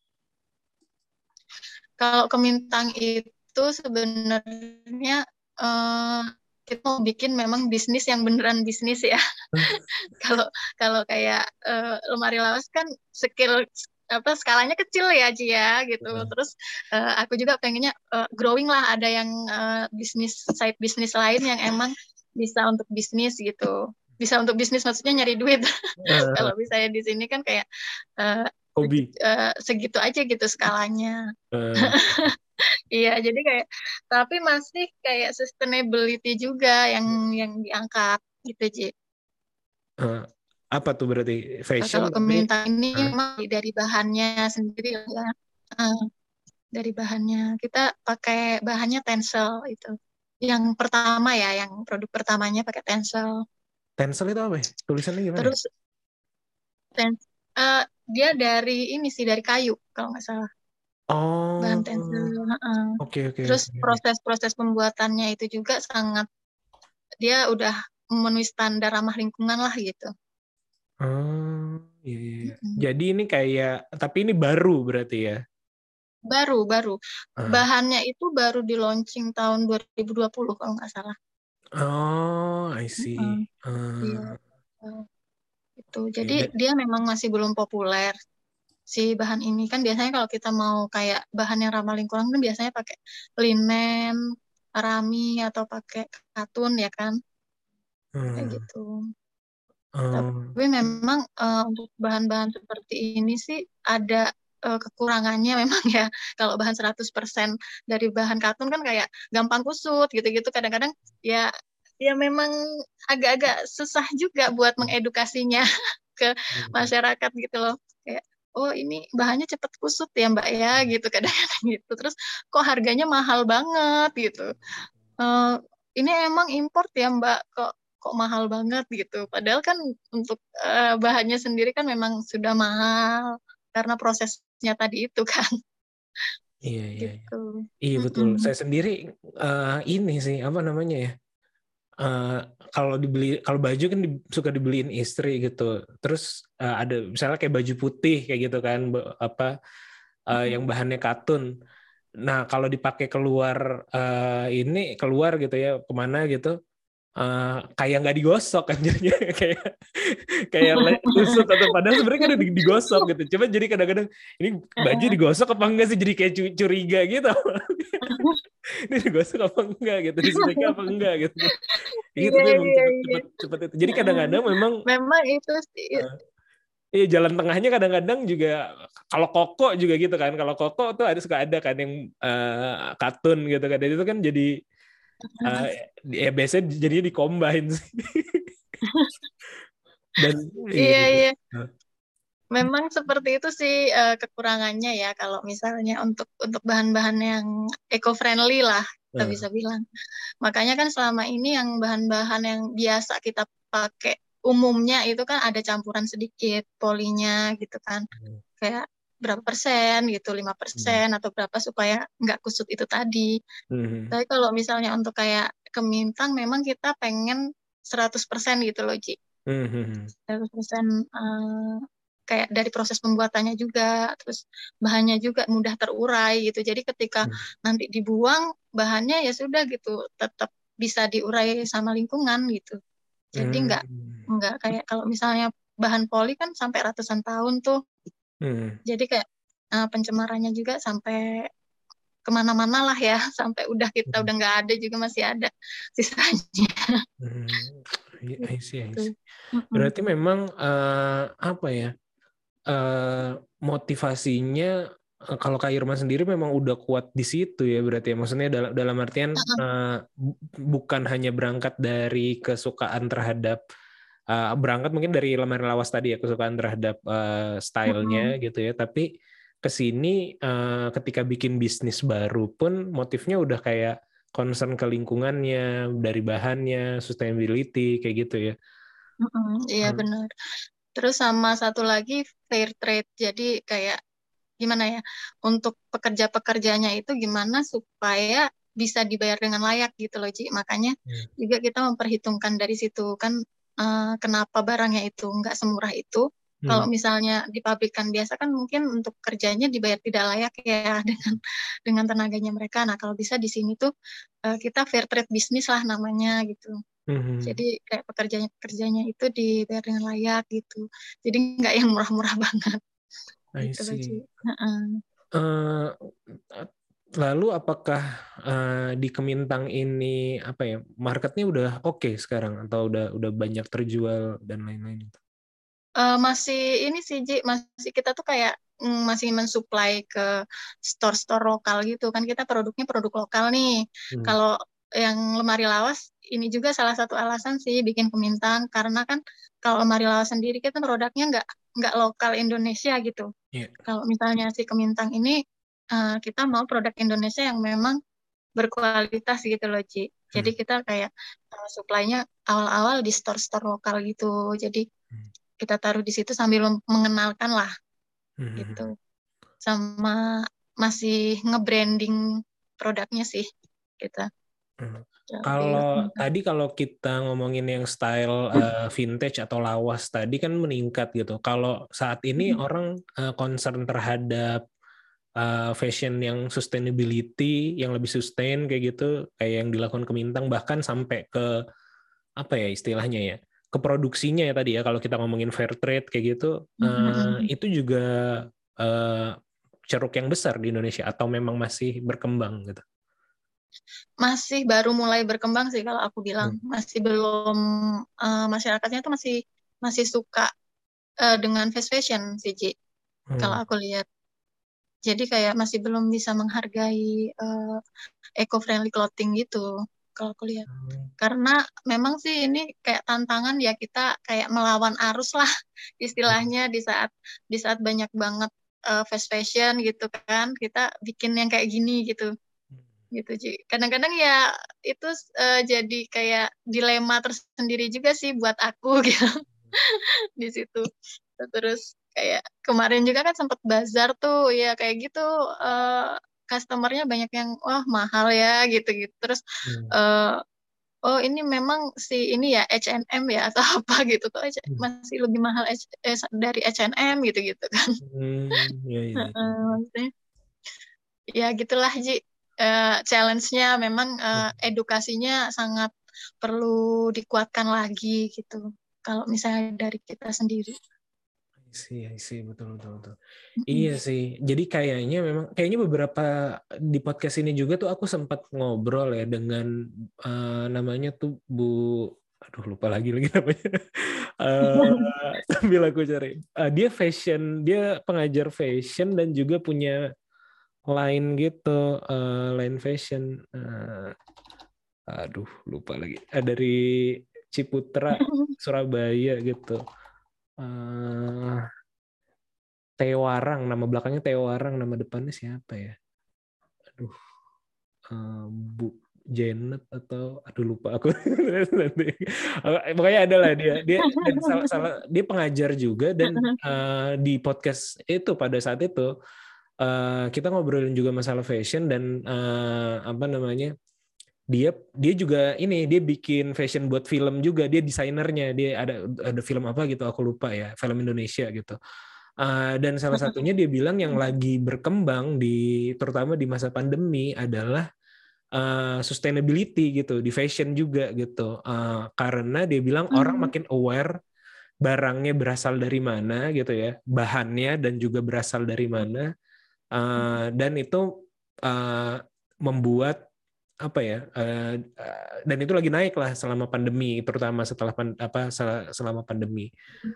Kalau Kemintang itu sebenarnya eh, kita mau bikin memang bisnis yang beneran bisnis ya. Kalau kalau kayak eh, lemari lawas kan skill apa skalanya kecil ya Ci ya gitu. Terus eh, aku juga pengennya eh, growing lah ada yang eh, bisnis side bisnis lain yang emang bisa untuk bisnis gitu. Bisa untuk bisnis maksudnya nyari duit. Eh, Kalau misalnya di sini kan kayak eh, hobi. eh, segitu aja gitu skalanya. Eh, Iya, jadi kayak tapi masih kayak sustainability juga yang yang diangkat gitu, Ji. eh, apa tuh berarti Nah, fashion kalau tapi Kementan ini eh, memang dari bahannya sendiri ya. Eh, dari bahannya kita pakai bahannya Tencel itu. Yang pertama ya, yang produk pertamanya pakai Tencel. Tencel itu apa ya? Tulisannya gimana ya? Terus ten, eh, dia dari ini sih dari kayu kalau nggak salah bahan Tencel. Oh, Heeh. oke oke Terus oke. Oke. proses-proses pembuatannya itu juga sangat dia udah memenuhi standar ramah lingkungan lah gitu. Oh, iya, iya, iya. Mm-mm. Jadi ini kayak, tapi ini baru berarti ya? Baru, baru. Ah. Bahannya itu baru di launching tahun dua ribu dua puluh kalau nggak salah. Oh, I Mm-mm. see. Iya, Ah, eh, itu. oke. Jadi Da- dia memang masih belum populer si bahan ini kan biasanya kalau kita mau kayak bahan yang ramah lingkungan kan biasanya pakai linen, rami atau pakai katun ya kan kayak hmm, gitu. oh, Tapi memang eh, untuk bahan-bahan seperti ini sih ada eh, kekurangannya memang ya. Kalau bahan seratus persen dari bahan katun kan kayak gampang kusut gitu-gitu. Kadang-kadang ya ya memang agak-agak susah juga buat mengedukasinya ke masyarakat gitu loh. Kayak oh ini bahannya cepet kusut ya Mbak ya gitu kadang-kadang gitu. Terus kok harganya mahal banget gitu. Eh, ini emang import ya Mbak kok kok mahal banget gitu. Padahal kan untuk eh, bahannya sendiri kan memang sudah mahal karena prosesnya tadi itu kan iya, iya, iya. gitu. Iya betul. Mm-mm. Saya sendiri eh, ini sih apa namanya ya? eh, kalau dibeli kalau baju kan di- suka dibeliin istri gitu. Terus eh, ada misalnya kayak baju putih kayak gitu kan, be- apa eh, yang bahannya katun. Nah kalau dipakai keluar eh, ini keluar gitu ya kemana gitu, eh, kayak nggak digosok kan jadinya kayak kayak le- lusut atau padahal sebenarnya kan udah digosok gitu. Coba jadi kadang-kadang ini baju digosok apa enggak sih, jadi kayak cu- curiga gitu. Ini digosok apa enggak gitu, disetrika apa enggak gitu. Gitu Iya, tuh emang iya, cepet iya. cepet cepet itu. Jadi kadang-kadang memang Memang itu sih. eh, iya jalan tengahnya kadang-kadang juga kalau koko juga gitu kan. Kalau koko tuh ada suka ada kan yang eh, katun gitu kan. Dan itu kan jadi eh, ya biasanya jadinya di-combine sih. Dan iya Iya, gitu. iya. Memang seperti itu sih eh, kekurangannya ya kalau misalnya untuk untuk bahan-bahan yang eco-friendly lah kita Nah, bisa bilang. Makanya kan selama ini yang bahan-bahan yang biasa kita pakai umumnya itu kan ada campuran sedikit polinya gitu kan. Kayak berapa persen gitu, lima persen atau berapa supaya nggak kusut itu tadi. hmm, Tapi kalau misalnya untuk kayak kemintang memang kita pengen seratus persen gitu loh, Ji. hmm, hmm, seratus persen eh, kayak dari proses pembuatannya juga, terus bahannya juga mudah terurai gitu. Jadi ketika hmm, nanti dibuang, bahannya ya sudah gitu, tetap bisa diurai sama lingkungan gitu. Jadi nggak hmm, nggak kayak kalau misalnya bahan poli kan sampai ratusan tahun tuh. hmm, Jadi kayak eh, pencemarannya juga sampai kemana-mana lah ya, sampai udah kita hmm, udah nggak ada juga masih ada sisanya hmm. I see, I see. gitu. Mm-mm. Berarti memang eh, apa ya? eh, motivasinya eh, kalau Kak Irma sendiri memang udah kuat di situ ya berarti ya. Maksudnya dalam dalam artian eh, bu- bukan hanya berangkat dari kesukaan terhadap eh, berangkat mungkin dari lemari lawas tadi ya, kesukaan terhadap eh, stylenya Mm-mm. gitu ya, tapi ke sini eh, ketika bikin bisnis baru pun motifnya udah kayak concern ke lingkungannya, dari bahannya, sustainability kayak gitu ya. Mm-mm. Iya Hmm. benar. Terus sama satu lagi fair trade. Jadi kayak gimana ya, untuk pekerja-pekerjanya itu gimana supaya bisa dibayar dengan layak gitu loh, Ci. Makanya Hmm. juga kita memperhitungkan dari situ kan eh, kenapa barangnya itu nggak semurah itu. Kalau Hmm. misalnya di pabrikan biasa kan mungkin untuk kerjanya dibayar tidak layak ya dengan dengan tenaganya mereka. Nah, kalau bisa di sini tuh eh, kita fair trade bisnis lah namanya gitu. Hmm. Jadi kayak pekerjanya-pekerjanya itu dibayar dengan layak gitu. Jadi nggak yang murah-murah banget I gitu loh, Ci. see. Heeh. Eh, lalu apakah eh, di Kemintang ini apa ya, marketnya udah oke sekarang atau udah udah banyak terjual dan lain-lain? Eh, masih ini sih, Ji, masih kita tuh kayak mm, masih mensuplai ke store-store lokal gitu kan, kita produknya produk lokal nih. Hmm. Kalau yang lemari lawas ini juga salah satu alasan sih bikin Kemintang karena kan kalau lemari lawas sendiri kita produknya nggak nggak lokal Indonesia gitu. Iya. Kalau misalnya si Kemintang ini eh, kita mau produk Indonesia yang memang berkualitas gitu loh, Ci. Jadi Hmm. kita kayak uh, supply-nya awal-awal di store-store lokal gitu. Jadi Hmm. kita taruh di situ sambil mem- mengenalkan lah Hmm. gitu. Sama masih nge-branding produknya sih kita. Hmm. Dari Kalau Kemintang. tadi kalau kita ngomongin yang style eh, vintage atau lawas tadi kan meningkat gitu. Kalau saat ini orang eh, concern terhadap eh, fashion yang sustainability, yang lebih sustain kayak gitu, kayak yang dilakukan Kemintang bahkan sampai ke apa ya istilahnya ya, ke produksinya ya tadi ya, kalau kita ngomongin fair trade kayak gitu, eh, itu juga eh, ceruk yang besar di Indonesia atau memang masih berkembang gitu? Masih baru mulai berkembang sih kalau aku bilang. Hmm. Masih belum uh, masyarakatnya tuh masih masih suka uh, dengan fast fashion sih, Ji. Kalau Hmm. aku lihat. Jadi kayak masih belum bisa menghargai uh, eco-friendly clothing gitu. Kalau aku lihat. Karena memang sih ini kayak tantangan ya kita kayak melawan arus lah istilahnya di saat di saat banyak banget uh, fast fashion gitu kan. Kita bikin yang kayak gini gitu. Gitu, Ji. Kadang-kadang ya itu uh, jadi kayak dilema tersendiri juga sih buat aku gitu di situ. Terus kayak kemarin juga kan sempat bazar tuh ya kayak gitu uh, customernya banyak yang wah mahal ya gitu-gitu. Terus Hmm. uh, oh ini memang si ini ya H and M ya atau apa gitu kok H- Hmm, masih lebih mahal H- eh, dari H and M gitu-gitu kan. hmm, ya, ya, ya. Heeh, maksudnya ya gitulah Ji. Eh, challenge-nya memang eh, edukasinya sangat perlu dikuatkan lagi gitu. Kalau misalnya dari kita sendiri. I see, I see, betul, betul, betul. Mm-mm. Iya sih. Jadi kayaknya memang, kayaknya beberapa di podcast ini juga tuh aku sempat ngobrol ya dengan eh, namanya tuh Bu, aduh lupa lagi lagi namanya. Eh, sambil aku cari. Eh, dia fashion, dia pengajar fashion dan juga punya line gitu, eh, line fashion. Eh, aduh lupa lagi. Eh, dari Ciputra, Surabaya gitu. Eh, Theo Warang, nama belakangnya Theo Warang, nama depannya siapa ya? Aduh, eh, Bu Janet atau aduh lupa aku. Nanti. Pokoknya ada lah dia. Dia dan salah, salah dia pengajar juga dan eh, di podcast itu pada saat itu eh, kita ngobrolin juga masalah fashion dan eh, apa namanya? Dia dia juga ini dia bikin fashion buat film juga, dia desainernya, dia ada ada film apa gitu aku lupa ya, film Indonesia gitu. Uh, dan salah satunya dia bilang yang lagi berkembang di terutama di masa pandemi adalah uh, sustainability gitu di fashion juga gitu. Uh, karena dia bilang orang makin aware barangnya berasal dari mana gitu ya, bahannya dan juga berasal dari mana. Uh, dan itu uh, membuat apa ya uh, uh, dan itu lagi naik lah selama pandemi, terutama setelah pan, apa selama pandemi.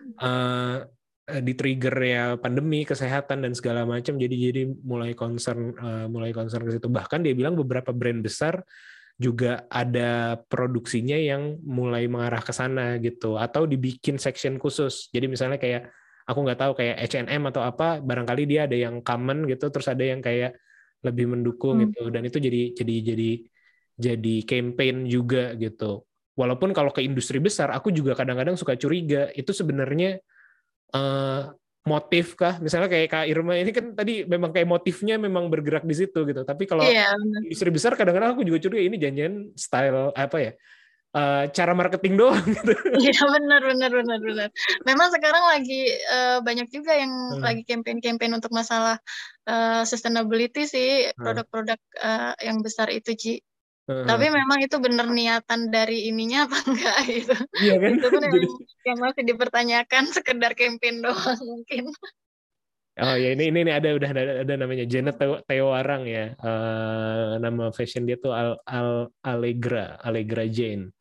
Uh, di trigger ya pandemi, kesehatan dan segala macam, jadi jadi mulai concern uh, mulai concern ke situ. Bahkan dia bilang beberapa brand besar juga ada produksinya yang mulai mengarah ke sana gitu, atau dibikin section khusus. Jadi misalnya kayak aku nggak tahu kayak H and M atau apa, barangkali dia ada yang common gitu, terus ada yang kayak lebih mendukung gitu, dan itu jadi jadi jadi jadi campaign juga gitu. Walaupun kalau ke industri besar, aku juga kadang-kadang suka curiga itu sebenarnya uh, motif kah? Misalnya kayak Kak Irma ini kan tadi memang kayak motifnya memang bergerak di situ gitu. Tapi kalau Iya, benar. industri besar kadang-kadang aku juga curiga ini janjian style apa ya? Uh, cara marketing doang gitu. Iya benar benar benar benar. Memang sekarang lagi eh, banyak juga yang Hmm. lagi campaign-campaign untuk masalah eh, sustainability sih Hmm. produk-produk eh, yang besar itu Ji. Hmm. Tapi memang itu benar niatan dari ininya apa enggak gitu. Iya kan? Itu pun Jadi, memang yang masih dipertanyakan sekedar campaign doang mungkin. oh ya ini ini, ini ada udah ada, ada namanya Janet Theo, Theo Warang ya. Uh, nama fashion dia tuh Al, Al, Allegra, Allegra Jane.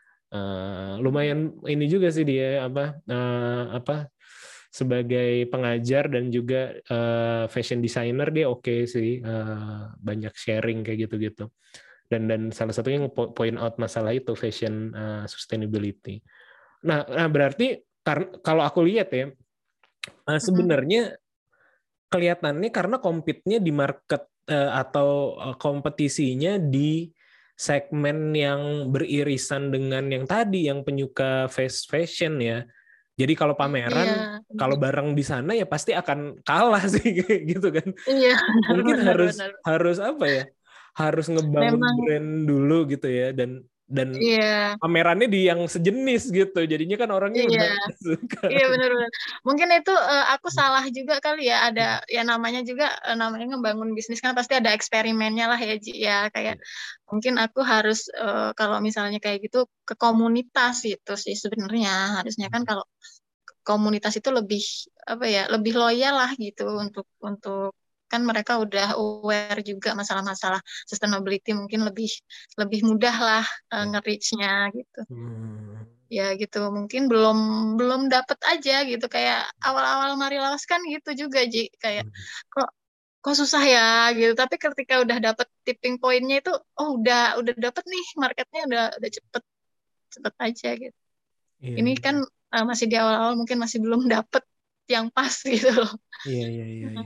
Uh, lumayan ini juga sih dia apa uh, apa sebagai pengajar dan juga uh, fashion designer dia oke okay sih, uh, banyak sharing kayak gitu-gitu, dan dan salah satunya point out masalah itu fashion uh, sustainability. Nah, nah berarti karena kalau aku lihat ya uh, sebenarnya kelihatannya karena compete-nya di market uh, atau uh, kompetisinya di segmen yang beririsan dengan yang tadi yang penyuka fast fashion ya. Jadi kalau pameran, Iya. kalau barang di sana ya pasti akan kalah sih gitu kan. Iya benar Mungkin benar harus benar. harus apa ya? Harus ngebangun Memang brand dulu gitu ya, dan dan iya. pamerannya di yang sejenis gitu. Jadinya kan orangnya Iya. udah suka. Iya benar-benar. Mungkin itu uh, aku salah juga kali ya. Ada ya namanya juga uh, namanya ngebangun bisnis kan pasti ada eksperimennya lah ya Ji ya. Kayak mungkin aku harus uh, kalau misalnya kayak gitu ke komunitas itu sih sebenarnya harusnya kan kalau komunitas itu lebih apa ya lebih loyal lah gitu untuk untuk kan mereka udah aware juga masalah-masalah sustainability mungkin lebih lebih mudah lah uh, nge-reach-nya gitu. Hmm. Ya gitu mungkin belum belum dapet aja gitu kayak awal-awal Mari Lawas kan gitu juga Ji kayak kok kok susah ya gitu tapi ketika udah dapet tipping pointnya itu oh udah udah dapet nih marketnya udah udah cepet cepet aja gitu Iya, ini iya. kan uh, masih di awal-awal mungkin masih belum dapet yang pas gitu loh. Iya, iya, iya, iya.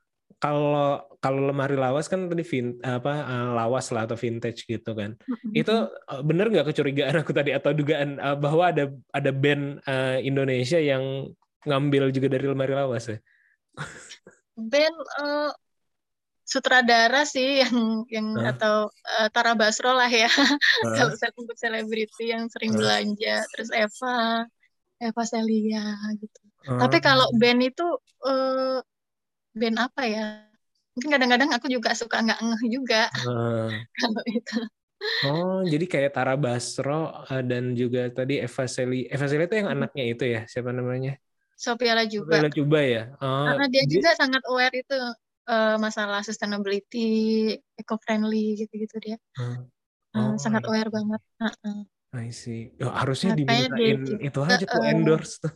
Kalau kalau lemari lawas kan tadi vin, apa uh, lawas lah atau vintage gitu kan. Itu uh, bener nggak kecurigaan aku tadi atau dugaan uh, bahwa ada ada band uh, Indonesia yang ngambil juga dari lemari lawas ya? Band uh, sutradara sih yang yang Hah? atau eh, Tara Basro lah ya. Hah? Kalau saya untuk selebriti yang sering Hah? belanja, terus Eva, Eva Celia gitu. Tapi Ah, kalau band itu eh, band apa ya? Mungkin kadang-kadang aku juga suka nggak ngeh juga ah. kalau itu. Oh, jadi kayak Tara Basro eh, dan juga tadi Eva Celia. Eva Celia itu yang anaknya itu ya, siapa namanya? Sophia Lajuba. Bella coba ya. Oh, Karena dia dia. juga sangat aware itu eh, masalah sustainability, eco-friendly gitu-gitu dia. Ah. Eh, Oh, sangat I aware see. banget. Heeh. I see. Ya, harusnya Makanya dia dimintain itu juga aja tuh eh, endorse tuh.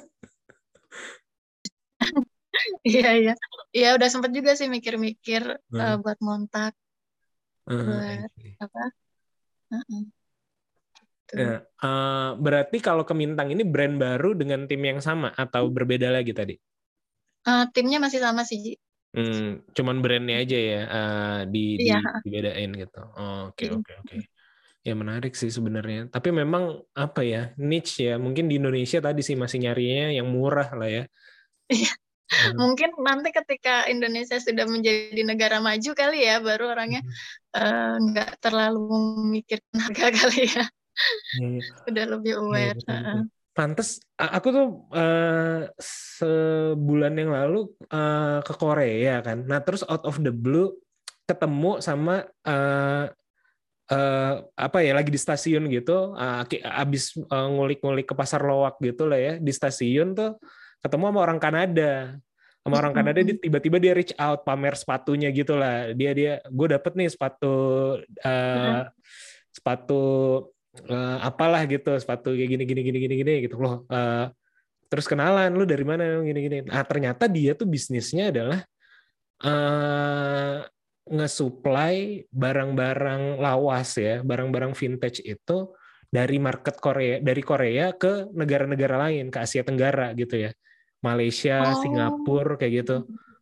iya iya. Iya udah sempet juga sih mikir-mikir eh, Ah, buat montak ah, I buat see. apa? Heeh, tuh. Ya, eh, berarti kalau Kemintang ini brand baru dengan tim yang sama atau berbeda lagi tadi? Eh, timnya masih sama sih, Ji. Hmm, cuman brandnya aja ya eh, di, di Iya, heeh. dibedain gitu. Oh, oke Iya. oke oke. Ya menarik sih sebenarnya. Tapi memang apa ya niche ya. Mungkin di Indonesia tadi sih masih nyarinya yang murah lah ya. Iya. Eh, Mungkin nanti ketika Indonesia sudah menjadi negara maju kali ya, baru orangnya eh, nggak terlalu memikirkan harga kali ya. Iya, iya. Udah lebih Iya, iya, aware. betul Heeh. betul. Pantes a- aku tuh eh, sebulan yang lalu eh, ke Korea kan. Nah, terus out of the blue ketemu sama eh, eh, apa ya lagi di stasiun gitu, eh, ki- abis eh, ngulik-ngulik ke pasar lowak gitu lah ya di stasiun tuh ketemu sama orang Kanada. Sama orang Kanada dia Mm-mm. tiba-tiba dia reach out pamer sepatunya gitu lah. Dia dia gue dapet nih sepatu eh, Heeh. sepatu eh, apalah gitu, sepatu kayak gini gini gini gini gini gitu loh. Eh, terus kenalan lu dari mana gini gini. Nah, ternyata dia tuh bisnisnya adalah eh nge-supply barang-barang lawas ya, barang-barang vintage itu dari market Korea, dari Korea ke negara-negara lain, ke Asia Tenggara gitu ya. Malaysia, Oh. Singapura kayak gitu.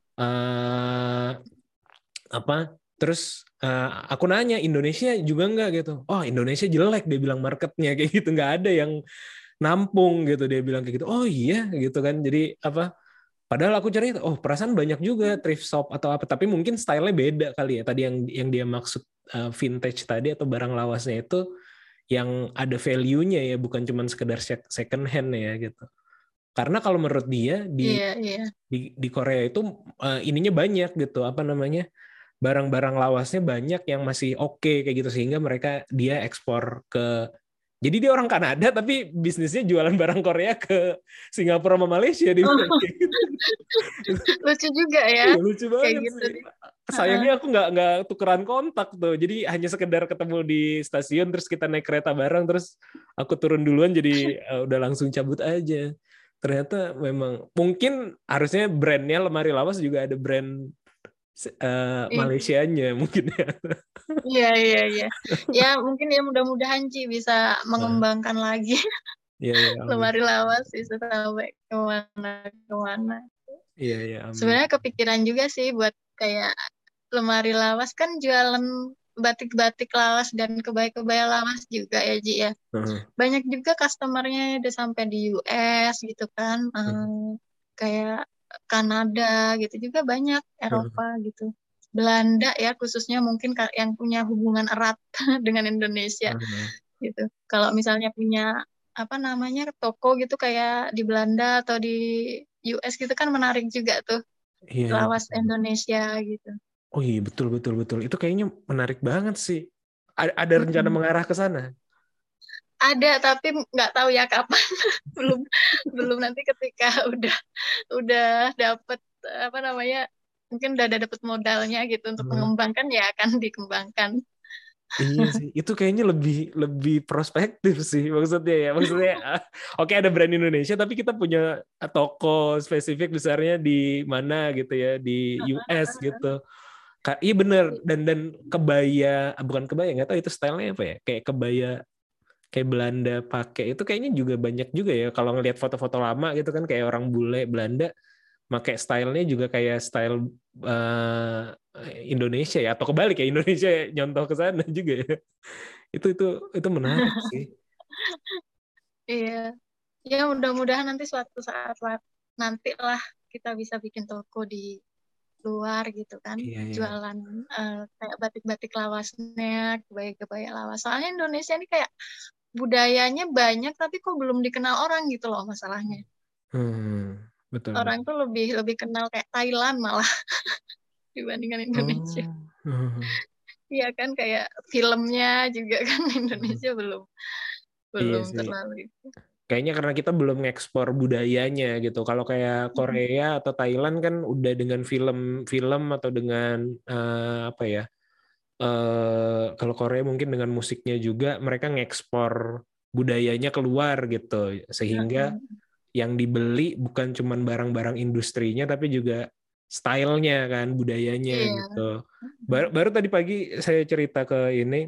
eh apa? Terus eh, aku nanya Indonesia juga enggak gitu. Oh, Indonesia jelek dia bilang marketnya kayak gitu, nggak ada yang nampung gitu dia bilang kayak gitu. Oh iya gitu kan. Jadi apa? Padahal aku cari, oh perasaan banyak juga thrift shop atau apa, tapi mungkin stylenya beda kali ya. Tadi yang yang dia maksud uh, vintage tadi atau barang lawasnya itu yang ada value-nya ya, bukan cuma sekedar second hand ya gitu. Karena kalau menurut dia di Iya, iya. di, di Korea itu uh, ininya banyak gitu, apa namanya barang-barang lawasnya banyak yang masih oke okay, kayak gitu sehingga mereka dia ekspor ke jadi dia orang Kanada tapi bisnisnya jualan barang Korea ke Singapura sama Malaysia dia bilang Oh, kayak gitu. lucu juga ya. Iya, lucu Kayak banget gitu sih. nih. Heeh. Sayangnya aku nggak nggak tukeran kontak tuh. Jadi hanya sekedar ketemu di stasiun terus kita naik kereta bareng terus aku turun duluan jadi uh, udah langsung cabut aja. Ternyata memang mungkin harusnya brandnya lemari lawas juga ada brand uh, Iya, Malaysianya mungkin ya. iya, iya. Iya. Ya, mungkin ya mudah-mudahan Ci bisa Nah, mengembangkan lagi iya iya amin. lemari lawas bisa sampai kemana-kemana. Iya iya amin. Sebenarnya kepikiran juga sih buat kayak lemari lawas kan jualan batik-batik lawas dan kebaya-kebaya lawas juga ya Ji ya. Uh-huh. Banyak juga customernya udah sampai di U S gitu kan. Uh-huh. Eh, kayak Kanada gitu juga banyak, Uh-huh. Eropa gitu. Belanda ya khususnya mungkin ka- yang punya hubungan erat dengan Indonesia Uh-huh. gitu. Kalau misalnya punya apa namanya toko gitu kayak di Belanda atau di U S gitu kan menarik juga tuh Iya iya lawas betul. Indonesia gitu. Oh iya betul betul betul. Itu kayaknya menarik banget sih. Ada, ada rencana Mm-mm. mengarah ke sana? Ada tapi nggak tahu ya kapan. belum belum nanti ketika udah udah dapet apa namanya mungkin udah ada dapet modalnya gitu untuk Uh, mengembangkan ya akan dikembangkan. iya sih. Itu kayaknya lebih lebih prospektif sih maksudnya ya. Maksudnya ah, oke ada brand Indonesia tapi kita punya toko spesifik besarnya di mana gitu ya di U S gitu. Ka- Iya bener dan dan kebaya ah, bukan kebaya nggak tahu itu stylenya apa ya kayak kebaya kayak Belanda pakai itu kayaknya juga banyak juga ya kalau ngelihat foto-foto lama gitu kan kayak orang bule Belanda pakai stylenya juga kayak style eh, Indonesia ya atau kebalik ya Indonesia nyontoh ke sana juga ya itu itu itu menarik sih. Iya. Ya mudah-mudahan nanti suatu saat lah nanti lah kita bisa bikin toko di luar gitu kan, Iya, iya. jualan eh, kayak batik-batik lawasnya, kebaya-kebaya lawas. Soalnya Indonesia ini kayak budayanya banyak tapi kok belum dikenal orang gitu loh masalahnya. Hmm, betul, Orang betul. tuh lebih lebih kenal kayak Thailand malah dibandingkan Indonesia. Oh. Hmm. Iya kan kayak filmnya juga kan Hmm. Indonesia belum Iya belum sih. terlalu itu. Kayaknya karena kita belum ngekspor budayanya gitu. Kalau kayak Mm-mm. Korea atau Thailand kan udah dengan film-film atau dengan eh, apa ya? eh, kalau Korea mungkin dengan musiknya juga mereka ngekspor budayanya keluar gitu. Sehingga Mm-mm. yang dibeli bukan cuman barang-barang industrinya tapi juga stylenya kan, budayanya Iya. gitu. Baru, Mm-mm. baru tadi pagi saya cerita ke ini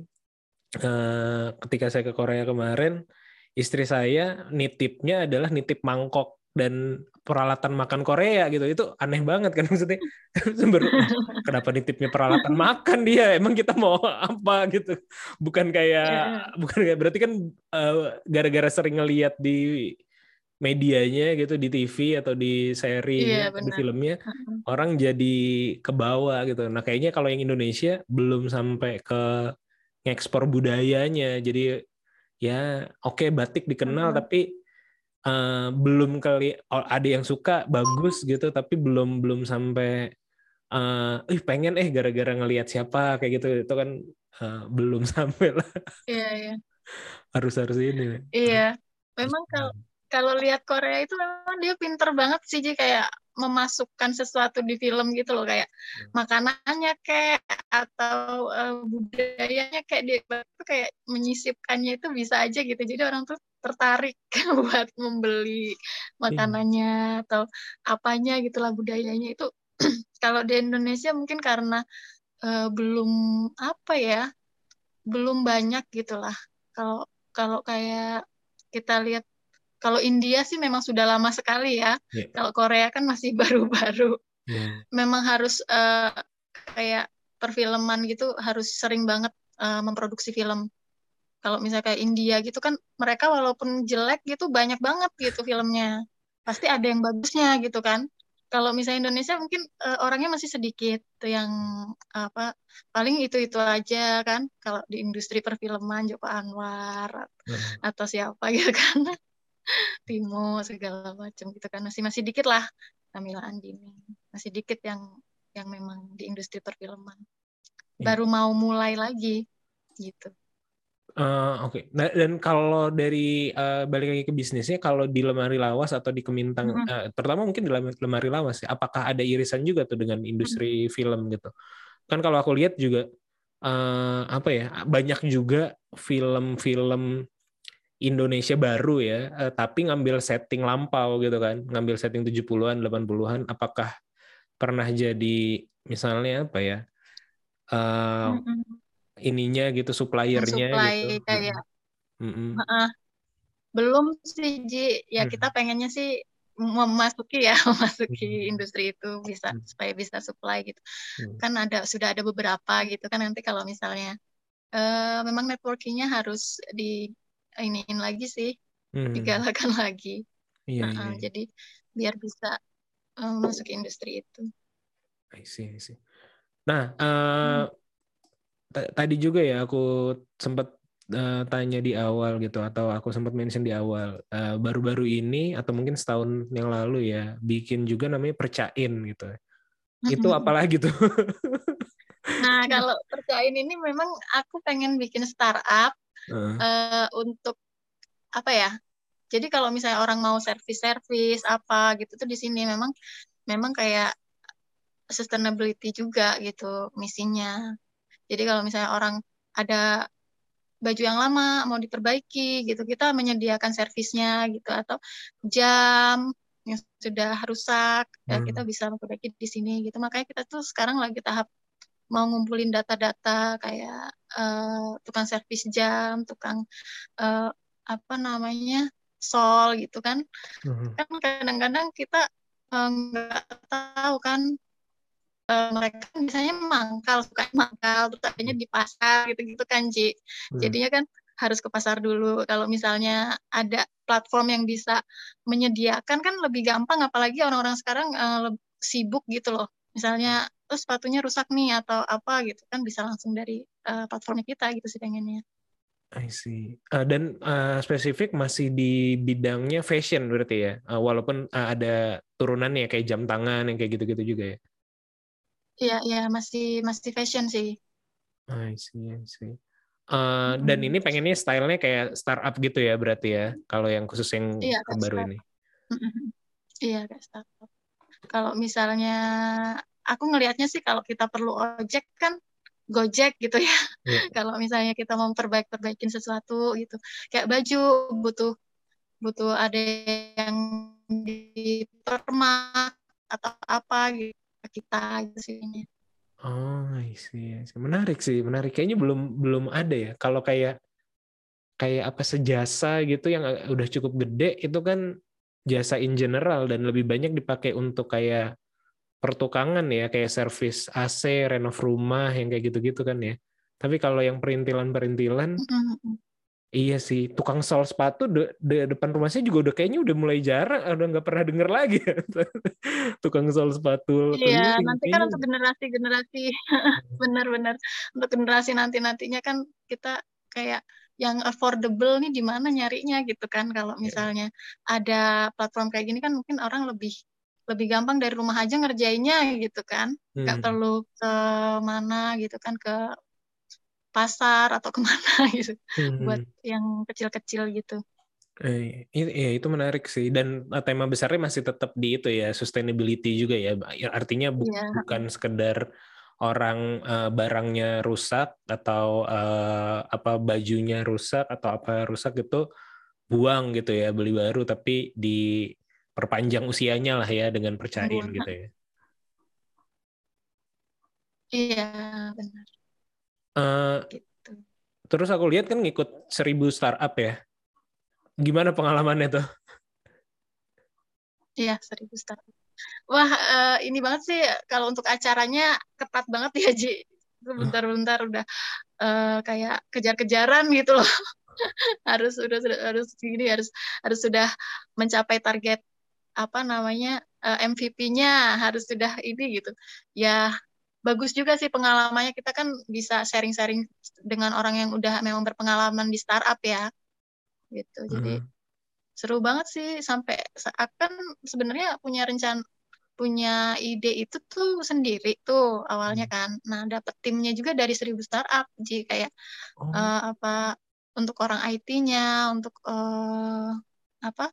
eh, ketika saya ke Korea kemarin, istri saya nitipnya adalah nitip mangkok dan peralatan makan Korea gitu. Itu aneh banget kan maksudnya. Baru, "Lah, kenapa nitipnya peralatan makan dia? Emang kita mau apa gitu? Bukan kayak Iya, bukan kayak berarti kan eh, gara-gara sering ngeliat di medianya gitu di T V atau di iya serinya atau di benar. filmnya Mm-mm. orang jadi kebawa gitu. Nah kayaknya kalau yang Indonesia belum sampai ke ngekspor budayanya. Jadi ya oke batik dikenal Mm-mm. tapi eh, belum kali oh, ada yang suka bagus gitu tapi belum belum sampai eh "Ih, pengen eh gara-gara ngelihat siapa kayak gitu itu kan eh, belum sampai lah Iya, iya. harus harus ini Iya. harus Memang kalau kalau lihat Korea itu memang dia pinter banget sih Ji kayak memasukkan sesuatu di film gitu loh kayak makanannya kayak atau eh, budayanya kayak dia itu kayak menyisipkannya itu bisa aja gitu. Jadi orang tuh tertarik buat membeli Iya. makanannya atau apanya gitulah budayanya itu. Kalau di Indonesia mungkin karena eh, belum apa ya, belum banyak gitulah. Kalau kalau kayak kita lihat kalau India sih memang sudah lama sekali ya. Iya. Kalau Korea kan masih baru-baru. Iya. Memang harus eh, kayak perfilman gitu harus sering banget eh, memproduksi film. Kalau misalnya kayak India gitu kan mereka walaupun jelek gitu banyak banget gitu filmnya. Pasti ada yang bagusnya gitu kan. Kalau misalnya Indonesia mungkin eh, orangnya masih sedikit tuh yang apa paling itu-itu aja kan. Kalau di industri perfilman Joko Anwar Nah, atau siapa gitu kan. Timo segala macam gitu kan masih masih dikit lah Kamila Andini masih dikit yang yang memang di industri perfilman iya. baru mau mulai lagi gitu. Eh, Oke. Nah, dan kalau dari eh, balik lagi ke bisnisnya, kalau di lemari lawas atau di Kemintang, Mm-mm. eh, terutama mungkin di lem- lemari lawas, ya, apakah ada irisan juga tuh dengan industri film gitu? Kan kalau aku lihat juga eh, apa ya, banyak juga film-film Indonesia baru ya, eh, tapi ngambil setting lampau gitu kan, ngambil setting tujuh puluhan, delapan puluhan. Apakah pernah jadi misalnya apa ya? eh, Mm-mm. ininya gitu, suppliernya Mensuplai gitu. kayak Mm-mm. uh, belum sih Ji ya kita Mm-mm. pengennya sih memasuki ya memasuki Mm-mm. industri itu bisa supaya bisa supply gitu Mm-mm. kan ada sudah ada beberapa gitu kan nanti kalau misalnya eh, memang networkingnya harus di iniin lagi sih Mm-mm. digalakan lagi. Iya, iya, Uh-uh, iya. jadi biar bisa uh, masuk ke industri itu. I see, I see. Nah, eh, Hmm. t- tadi juga ya aku sempat eh, tanya di awal gitu, atau aku sempat mention di awal, eh, baru-baru ini atau mungkin setahun yang lalu ya, bikin juga namanya Percain gitu. Itu apalagi tuh? Nah, kalau percayain ini memang aku pengen bikin startup Heeh. uh, untuk apa ya? Jadi kalau misalnya orang mau servis-servis apa gitu tuh di sini memang memang kayak sustainability juga gitu misinya. Jadi kalau misalnya orang ada baju yang lama mau diperbaiki gitu, kita menyediakan servisnya gitu atau jam yang sudah rusak ya kita Hmm. bisa memperbaiki di sini gitu. Makanya kita tuh sekarang lagi tahap mau ngumpulin data-data kayak eh, tukang servis jam, tukang eh, apa namanya sol gitu kan. Mhm. Kan kadang-kadang kita eh, nggak tahu kan eh, mereka kan biasanya mangkal, suka mangkal, terus adanya di pasar gitu-gitu kan, Ji. Hmm. Jadinya kan harus ke pasar dulu. Kalau misalnya ada platform yang bisa menyediakan kan lebih gampang, apalagi orang-orang sekarang eh, leb- sibuk gitu loh misalnya oh, sepatunya rusak nih atau apa gitu kan bisa langsung dari uh, platformnya kita gitu sih pengennya. I see. Uh, dan uh, spesifik masih di bidangnya fashion berarti ya, uh, walaupun uh, ada turunannya kayak jam tangan yang kayak gitu-gitu juga ya. Iya iya masih masih fashion sih. I see, I see. Uh, dan ini pengennya stylenya kayak startup gitu ya berarti ya, kalau yang khusus yang Iya, terbaru ini. Iya kayak startup. Kalau misalnya aku ngelihatnya sih kalau kita perlu ojek kan Gojek gitu ya. Yeah. Kalau misalnya kita mau perbaik-perbaikin sesuatu gitu, kayak baju butuh butuh ada yang dipermak atau apa gitu kita gitu sih. Oh, I see, I see. Menarik sih, menarik. Kayaknya belum belum ada ya. Kalau kayak kayak apa sejasa gitu yang udah cukup gede itu kan jasa in general dan lebih banyak dipakai untuk kayak pertukangan ya, kayak servis A C, renov rumah yang kayak gitu-gitu kan ya. Tapi kalau yang perintilan-perintilan, iya sih, tukang sol sepatu de, de, depan rumah saya juga udah kayaknya udah mulai jarang, udah nggak pernah denger lagi ya. Tukang sol sepatu Iya, keliling. nanti kan untuk generasi-generasi, benar-benar untuk generasi nanti-nantinya kan kita kayak yang affordable nih di mana nyarinya gitu kan. Kalau misalnya ada platform kayak gini kan mungkin orang lebih lebih gampang dari rumah aja ngerjainnya gitu kan, nggak Hmm. perlu ke mana gitu kan, ke pasar atau kemana gitu, Hmm. buat yang kecil-kecil gitu. Eh, iya itu menarik sih dan tema besarnya masih tetap di itu ya sustainability juga ya artinya bu- Iya. bukan sekedar orang uh, barangnya rusak atau uh, apa bajunya rusak atau apa rusak itu buang gitu ya beli baru tapi diperpanjang usianya lah ya dengan percayain Buang. gitu ya. Iya benar. Uh, gitu. Terus aku lihat kan ngikut seribu startup ya. Gimana pengalamannya tuh? Iya, seribu startup. Wah, uh, ini banget sih kalau untuk acaranya ketat banget ya, Ji. Bentar-bentar udah uh, kayak kejar-kejaran gitu loh. harus udah harus gini harus harus sudah mencapai target apa namanya uh, M V P-nya harus sudah ini gitu. Ya, bagus juga sih pengalamannya. Kita kan bisa sharing-sharing dengan orang yang udah memang berpengalaman di startup ya. Gitu. Jadi Hmm. seru banget sih sampai akan sebenarnya punya rencana punya ide itu tuh sendiri tuh awalnya kan. Nah, dapet timnya juga dari seribu startup. Jadi kayak Oh. uh, apa untuk orang I T-nya, untuk uh, apa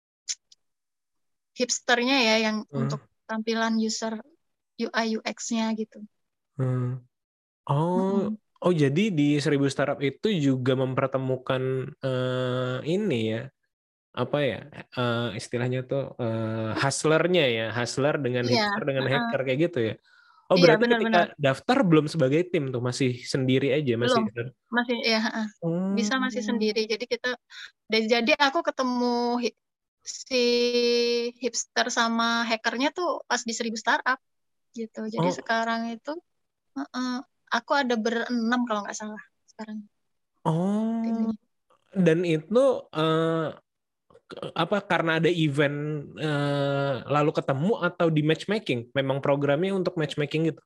hipsternya ya yang Hmm. untuk tampilan user U I U X-nya gitu. Hmm. Oh, Mm-mm. oh jadi di seribu startup itu juga mempertemukan uh, ini ya, apa ya uh, istilahnya tuh uh, hustlernya ya, hustler dengan Iya, hipster dengan uh-uh. hacker kayak gitu ya. Oh Iya berarti benar-benar. ketika daftar belum sebagai tim tuh masih sendiri aja masih. Belum, masih ya uh-uh. Oh. Bisa masih sendiri. Jadi kita, jadi aku ketemu hi- si hipster sama hackernya tuh pas di seribu startup gitu. Jadi Oh. sekarang itu uh-uh, aku ada berenam kalau nggak salah sekarang. Oh. Timnya. Dan itu uh, apa karena ada event uh, lalu ketemu atau di matchmaking? Memang programnya untuk matchmaking gitu?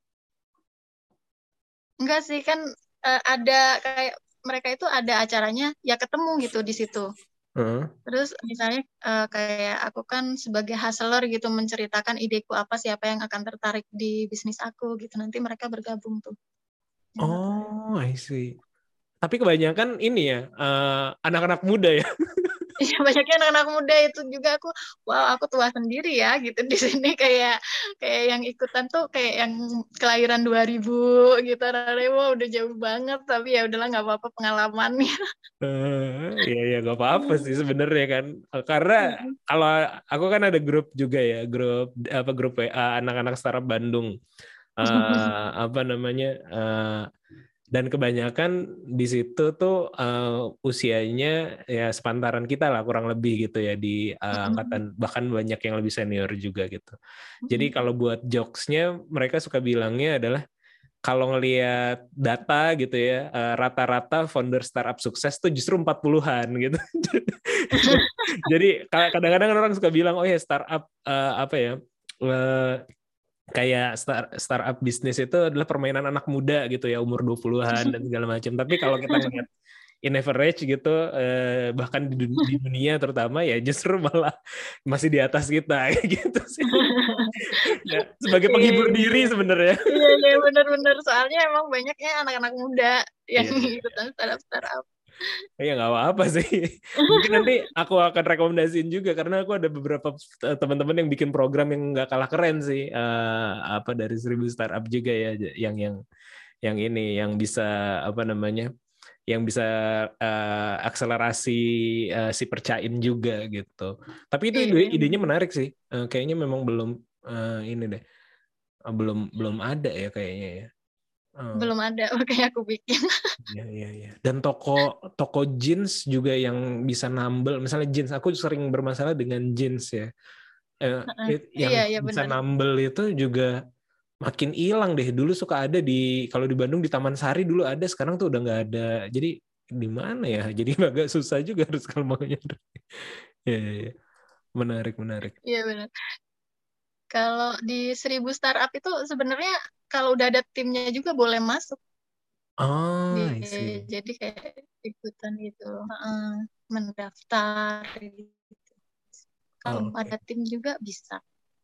Enggak sih kan uh, ada kayak mereka itu ada acaranya ya ketemu gitu di situ. Uh. Terus misalnya uh, kayak aku kan sebagai hustler gitu menceritakan ideku apa siapa yang akan tertarik di bisnis aku gitu nanti mereka bergabung tuh. Oh, I see. Tapi kebanyakan ini ya uh, anak-anak muda ya. Iya banyaknya anak-anak muda itu juga aku wow aku tua sendiri ya gitu di sini kayak kayak yang ikutan tuh kayak yang kelahiran dua ribu gitu wow udah jauh banget tapi ya udahlah nggak apa-apa pengalamannya. Uh, ya ya gak apa-apa sih sebenarnya kan karena kalau aku kan ada grup juga ya grup apa grup W A anak-anak startup Bandung uh, apa namanya uh, dan kebanyakan di situ tuh uh, usianya ya sepantaran kita lah kurang lebih gitu ya di uh, angkatan bahkan banyak yang lebih senior juga gitu. Jadi kalau buat jokesnya mereka suka bilangnya adalah kalau ngelihat data gitu ya uh, rata-rata founder startup sukses tuh justru empat puluhan gitu. Jadi kadang-kadang orang suka bilang oh ya startup uh, apa ya uh, kayak start, startup bisnis itu adalah permainan anak muda gitu ya, umur dua puluhan dan segala macam. Tapi kalau kita ngeliat in average gitu, eh, bahkan di, dun- di dunia terutama ya justru malah masih di atas kita gitu sih. Ya, sebagai penghibur Iya, diri sebenarnya. iya, iya, benar-benar. Soalnya emang banyaknya anak-anak muda yang Iya, iya. ikutan startup-startup. Ya nggak apa-apa sih. Mungkin nanti aku akan rekomendasiin juga karena aku ada beberapa eh, teman-teman yang bikin program yang nggak kalah keren sih. Eh, apa dari seribu startup juga ya, yang yang yang ini yang bisa apa namanya, yang bisa eh, akselerasi eh, si Percain juga gitu. Tapi itu ide- Iya, idenya menarik sih. Eh, kayaknya memang belum eh, ini deh, Eh, belum belum ada ya kayaknya ya. Eh, belum ada makanya aku bikin. Iya, iya, iya. Dan toko toko jeans juga yang bisa nambel. Misalnya jeans, aku sering bermasalah dengan jeans ya. Eh, Heeh. it- yang Iya, iya, bisa benar. nambel itu juga makin hilang deh. Dulu suka ada di, kalau di Bandung di Taman Sari dulu ada, sekarang tuh udah nggak ada. Jadi di mana ya? Jadi agak susah juga harus kalau mau nyari. Iya, iya, iya. Menarik, menarik. Iya, benar. Kalau di seribu startup itu sebenarnya kalau udah ada timnya juga boleh masuk. Oh, I Di, see. jadi kayak ikutan gitu. Heeh, mendaftar gitu. Oh, Kalau oke. ada tim juga bisa.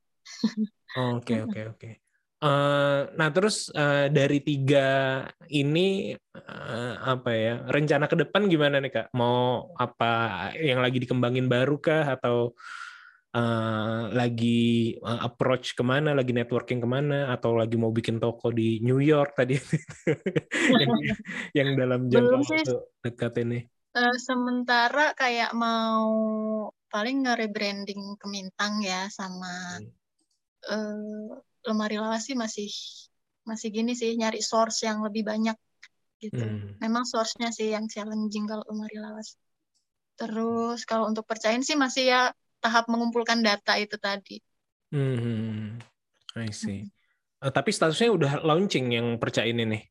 Oke, oke, oke. Eh, nah, terus eh, dari tiga ini eh, apa ya? Rencana ke depan gimana nih, Kak? Mau apa yang lagi dikembangin baru kah atau eh, lagi eh, approach kemana, lagi networking kemana, atau lagi mau bikin toko di New York tadi yang, yang dalam jangka Belum sih, waktu dekat ini? eh, sementara kayak mau paling nge-rebranding Kemintang ya sama eh, lemari lawas sih masih masih gini sih nyari source yang lebih banyak gitu. Hmm. Memang source-nya sih yang challenging kalau lemari lawas. Terus kalau untuk Percain sih masih ya tahap mengumpulkan data itu tadi. Hmm, I see. Eh, tapi statusnya udah launching yang Percain ini.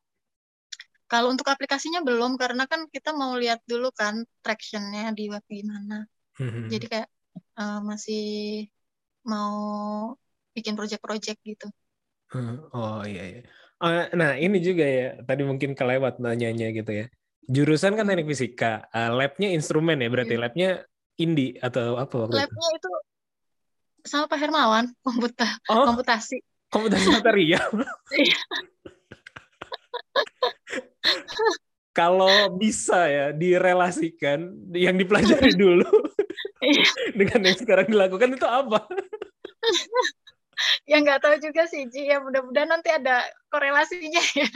Kalau untuk aplikasinya belum karena kan kita mau lihat dulu kan traction-nya di web gimana. Hmm. Jadi kayak eh, masih mau bikin project-project gitu. Hmm, oh iya, iya. Eh, nah ini juga ya, tadi mungkin kelewat nanyanya gitu ya. Jurusan kan teknik Hmm. fisika, eh, labnya instrumen ya, berarti Iya. labnya Indi atau apa waktu itu? Labnya itu sama Pak Hermawan, komputa Oh, komputasi. komputasi material. Iya. Kalau bisa ya direlasikan yang dipelajari dulu Iya. dengan yang sekarang dilakukan itu apa? Ya nggak tahu juga sih Ji, ya mudah-mudahan nanti ada korelasinya ya.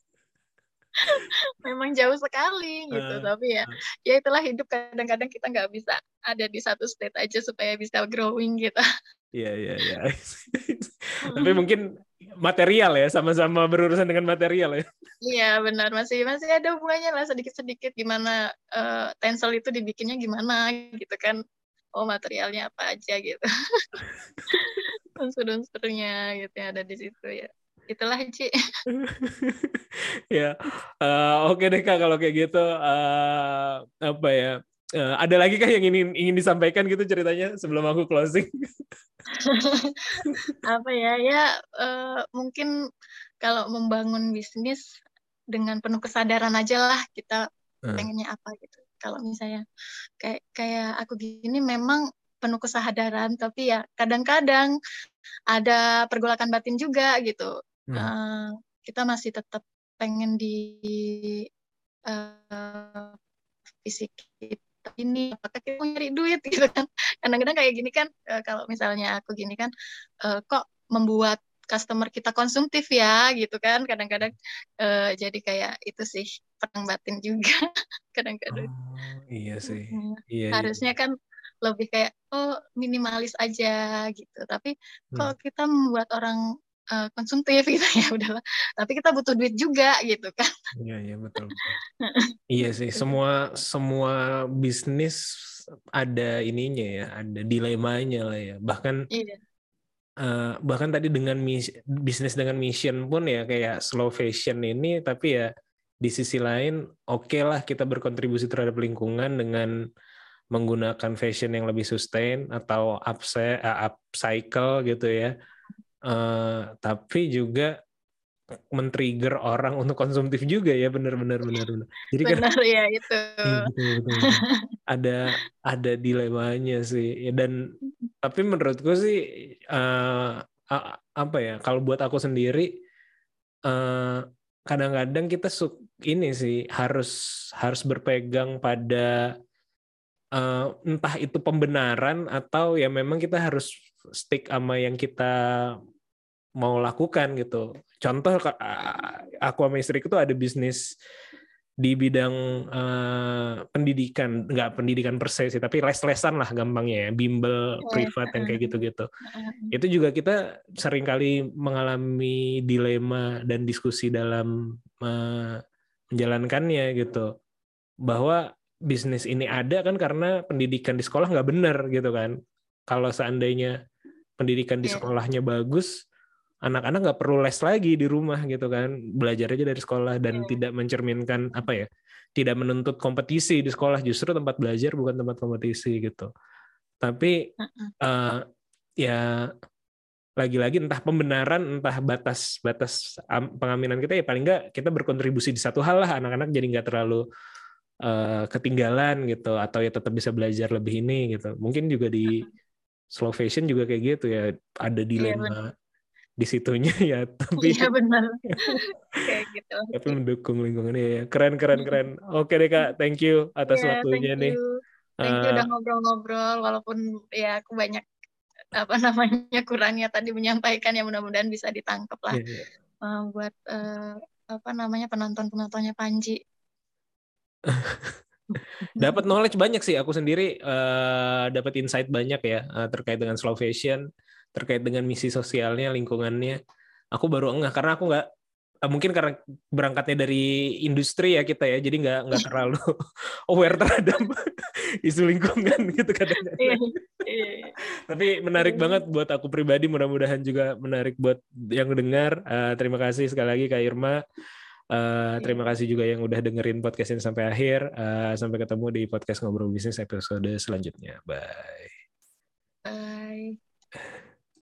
Memang jauh sekali gitu, Eh, tapi ya ya itulah hidup, kadang-kadang kita nggak bisa ada di satu state aja supaya bisa growing gitu. Iya, iya, iya. Tapi mungkin material ya, sama-sama berurusan dengan material ya. Iya benar, masih masih ada hubungannya lah sedikit-sedikit gimana eh, tensel itu dibikinnya gimana gitu kan. Oh materialnya apa aja gitu. Unsur-unsurnya gitu yang ada di situ ya. Itulah Ci. Ya, eh, oke deh Kak kalau kayak gitu. eh, apa ya? eh, ada lagi kah yang ingin ingin disampaikan gitu ceritanya sebelum aku closing? Apa ya ya eh, mungkin kalau membangun bisnis dengan penuh kesadaran aja lah kita Hmm. pengennya apa gitu. Kalau misalnya kayak kayak aku gini memang penuh kesadaran, tapi ya kadang-kadang ada pergolakan batin juga gitu. Hmm. Eh, kita masih tetap pengen di eh, fisik kita ini, apakah kita mau nyari duit gitu kan. Kadang-kadang kayak gini kan, eh, kalau misalnya aku gini kan, eh, kok membuat customer kita konsumtif ya gitu kan. Kadang-kadang eh, jadi kayak itu sih perang batin juga kadang-kadang. Oh, iya sih. Hmm, Iya, iya. harusnya kan lebih kayak oh minimalis aja gitu, tapi Hmm. kok kita membuat orang eh, konsumtif gitu ya udahlah, tapi kita butuh duit juga gitu kan. Iya, iya betul. Iya sih, semua semua bisnis ada ininya ya, ada dilemanya lah ya. Bahkan Iya. eh, bahkan tadi dengan mis- bisnis dengan mission pun ya kayak slow fashion ini, tapi ya di sisi lain oke lah kita berkontribusi terhadap lingkungan dengan menggunakan fashion yang lebih sustain atau upse- eh, upcycle gitu ya. uh, tapi juga men-trigger orang untuk konsumtif juga ya, benar-benar benar-benar. Jadi kan Benar ya itu. iya, betul, betul, betul. ada ada dilemanya sih. Ya, dan tapi menurutku sih uh, a- apa ya? Kalau buat aku sendiri uh, kadang-kadang kita suk ini sih harus harus berpegang pada uh, entah itu pembenaran atau ya memang kita harus stick sama yang kita mau lakukan gitu. Contoh aku sama istriku tuh ada bisnis di bidang uh, pendidikan, nggak pendidikan per se sih, tapi les-lesan lah gampangnya ya, bimbel privat yang kayak gitu-gitu. Itu juga kita seringkali mengalami dilema dan diskusi dalam uh, menjalankannya gitu. Bahwa bisnis ini ada kan karena pendidikan di sekolah nggak benar gitu kan. Kalau seandainya pendidikan di sekolahnya bagus, anak-anak nggak perlu les lagi di rumah gitu kan, belajar aja dari sekolah dan yeah. tidak mencerminkan apa ya, tidak menuntut kompetisi di sekolah, justru tempat belajar bukan tempat kompetisi gitu. Tapi uh-uh. uh, ya lagi-lagi entah pembenaran, entah batas-batas pengaminan kita ya paling nggak kita berkontribusi di satu hal lah, anak-anak jadi nggak terlalu uh, ketinggalan gitu, atau ya tetap bisa belajar lebih ini gitu. Mungkin juga di slow fashion juga kayak gitu ya, ada dilema. Yeah, di situnya ya, tapi iya benar kayak gitu. Tapi mendukung lingkungannya ya. Keren keren keren. Oke deh Kak, thank you atas yeah, waktunya thank nih. You. Thank you uh, udah ngobrol-ngobrol walaupun ya aku banyak apa namanya kurangnya tadi menyampaikan, ya mudah-mudahan bisa ditangkap lah yeah, yeah. Uh, buat uh, apa namanya penonton-penontonnya Panji. Dapat knowledge banyak sih aku sendiri, uh, dapat insight banyak ya uh, terkait dengan slow fashion, terkait dengan misi sosialnya, lingkungannya. Aku baru enggak karena aku nggak, mungkin karena berangkatnya dari industri ya kita ya, jadi nggak nggak terlalu aware terhadap isu lingkungan gitu kadang-kadang. Tapi menarik banget buat aku pribadi, mudah-mudahan juga menarik buat yang dengar. Uh, terima kasih sekali lagi Kak Irma. Uh, terima kasih juga yang udah dengerin podcast ini sampai akhir. Uh, sampai ketemu di podcast Ngobrol Bisnis episode selanjutnya. Bye.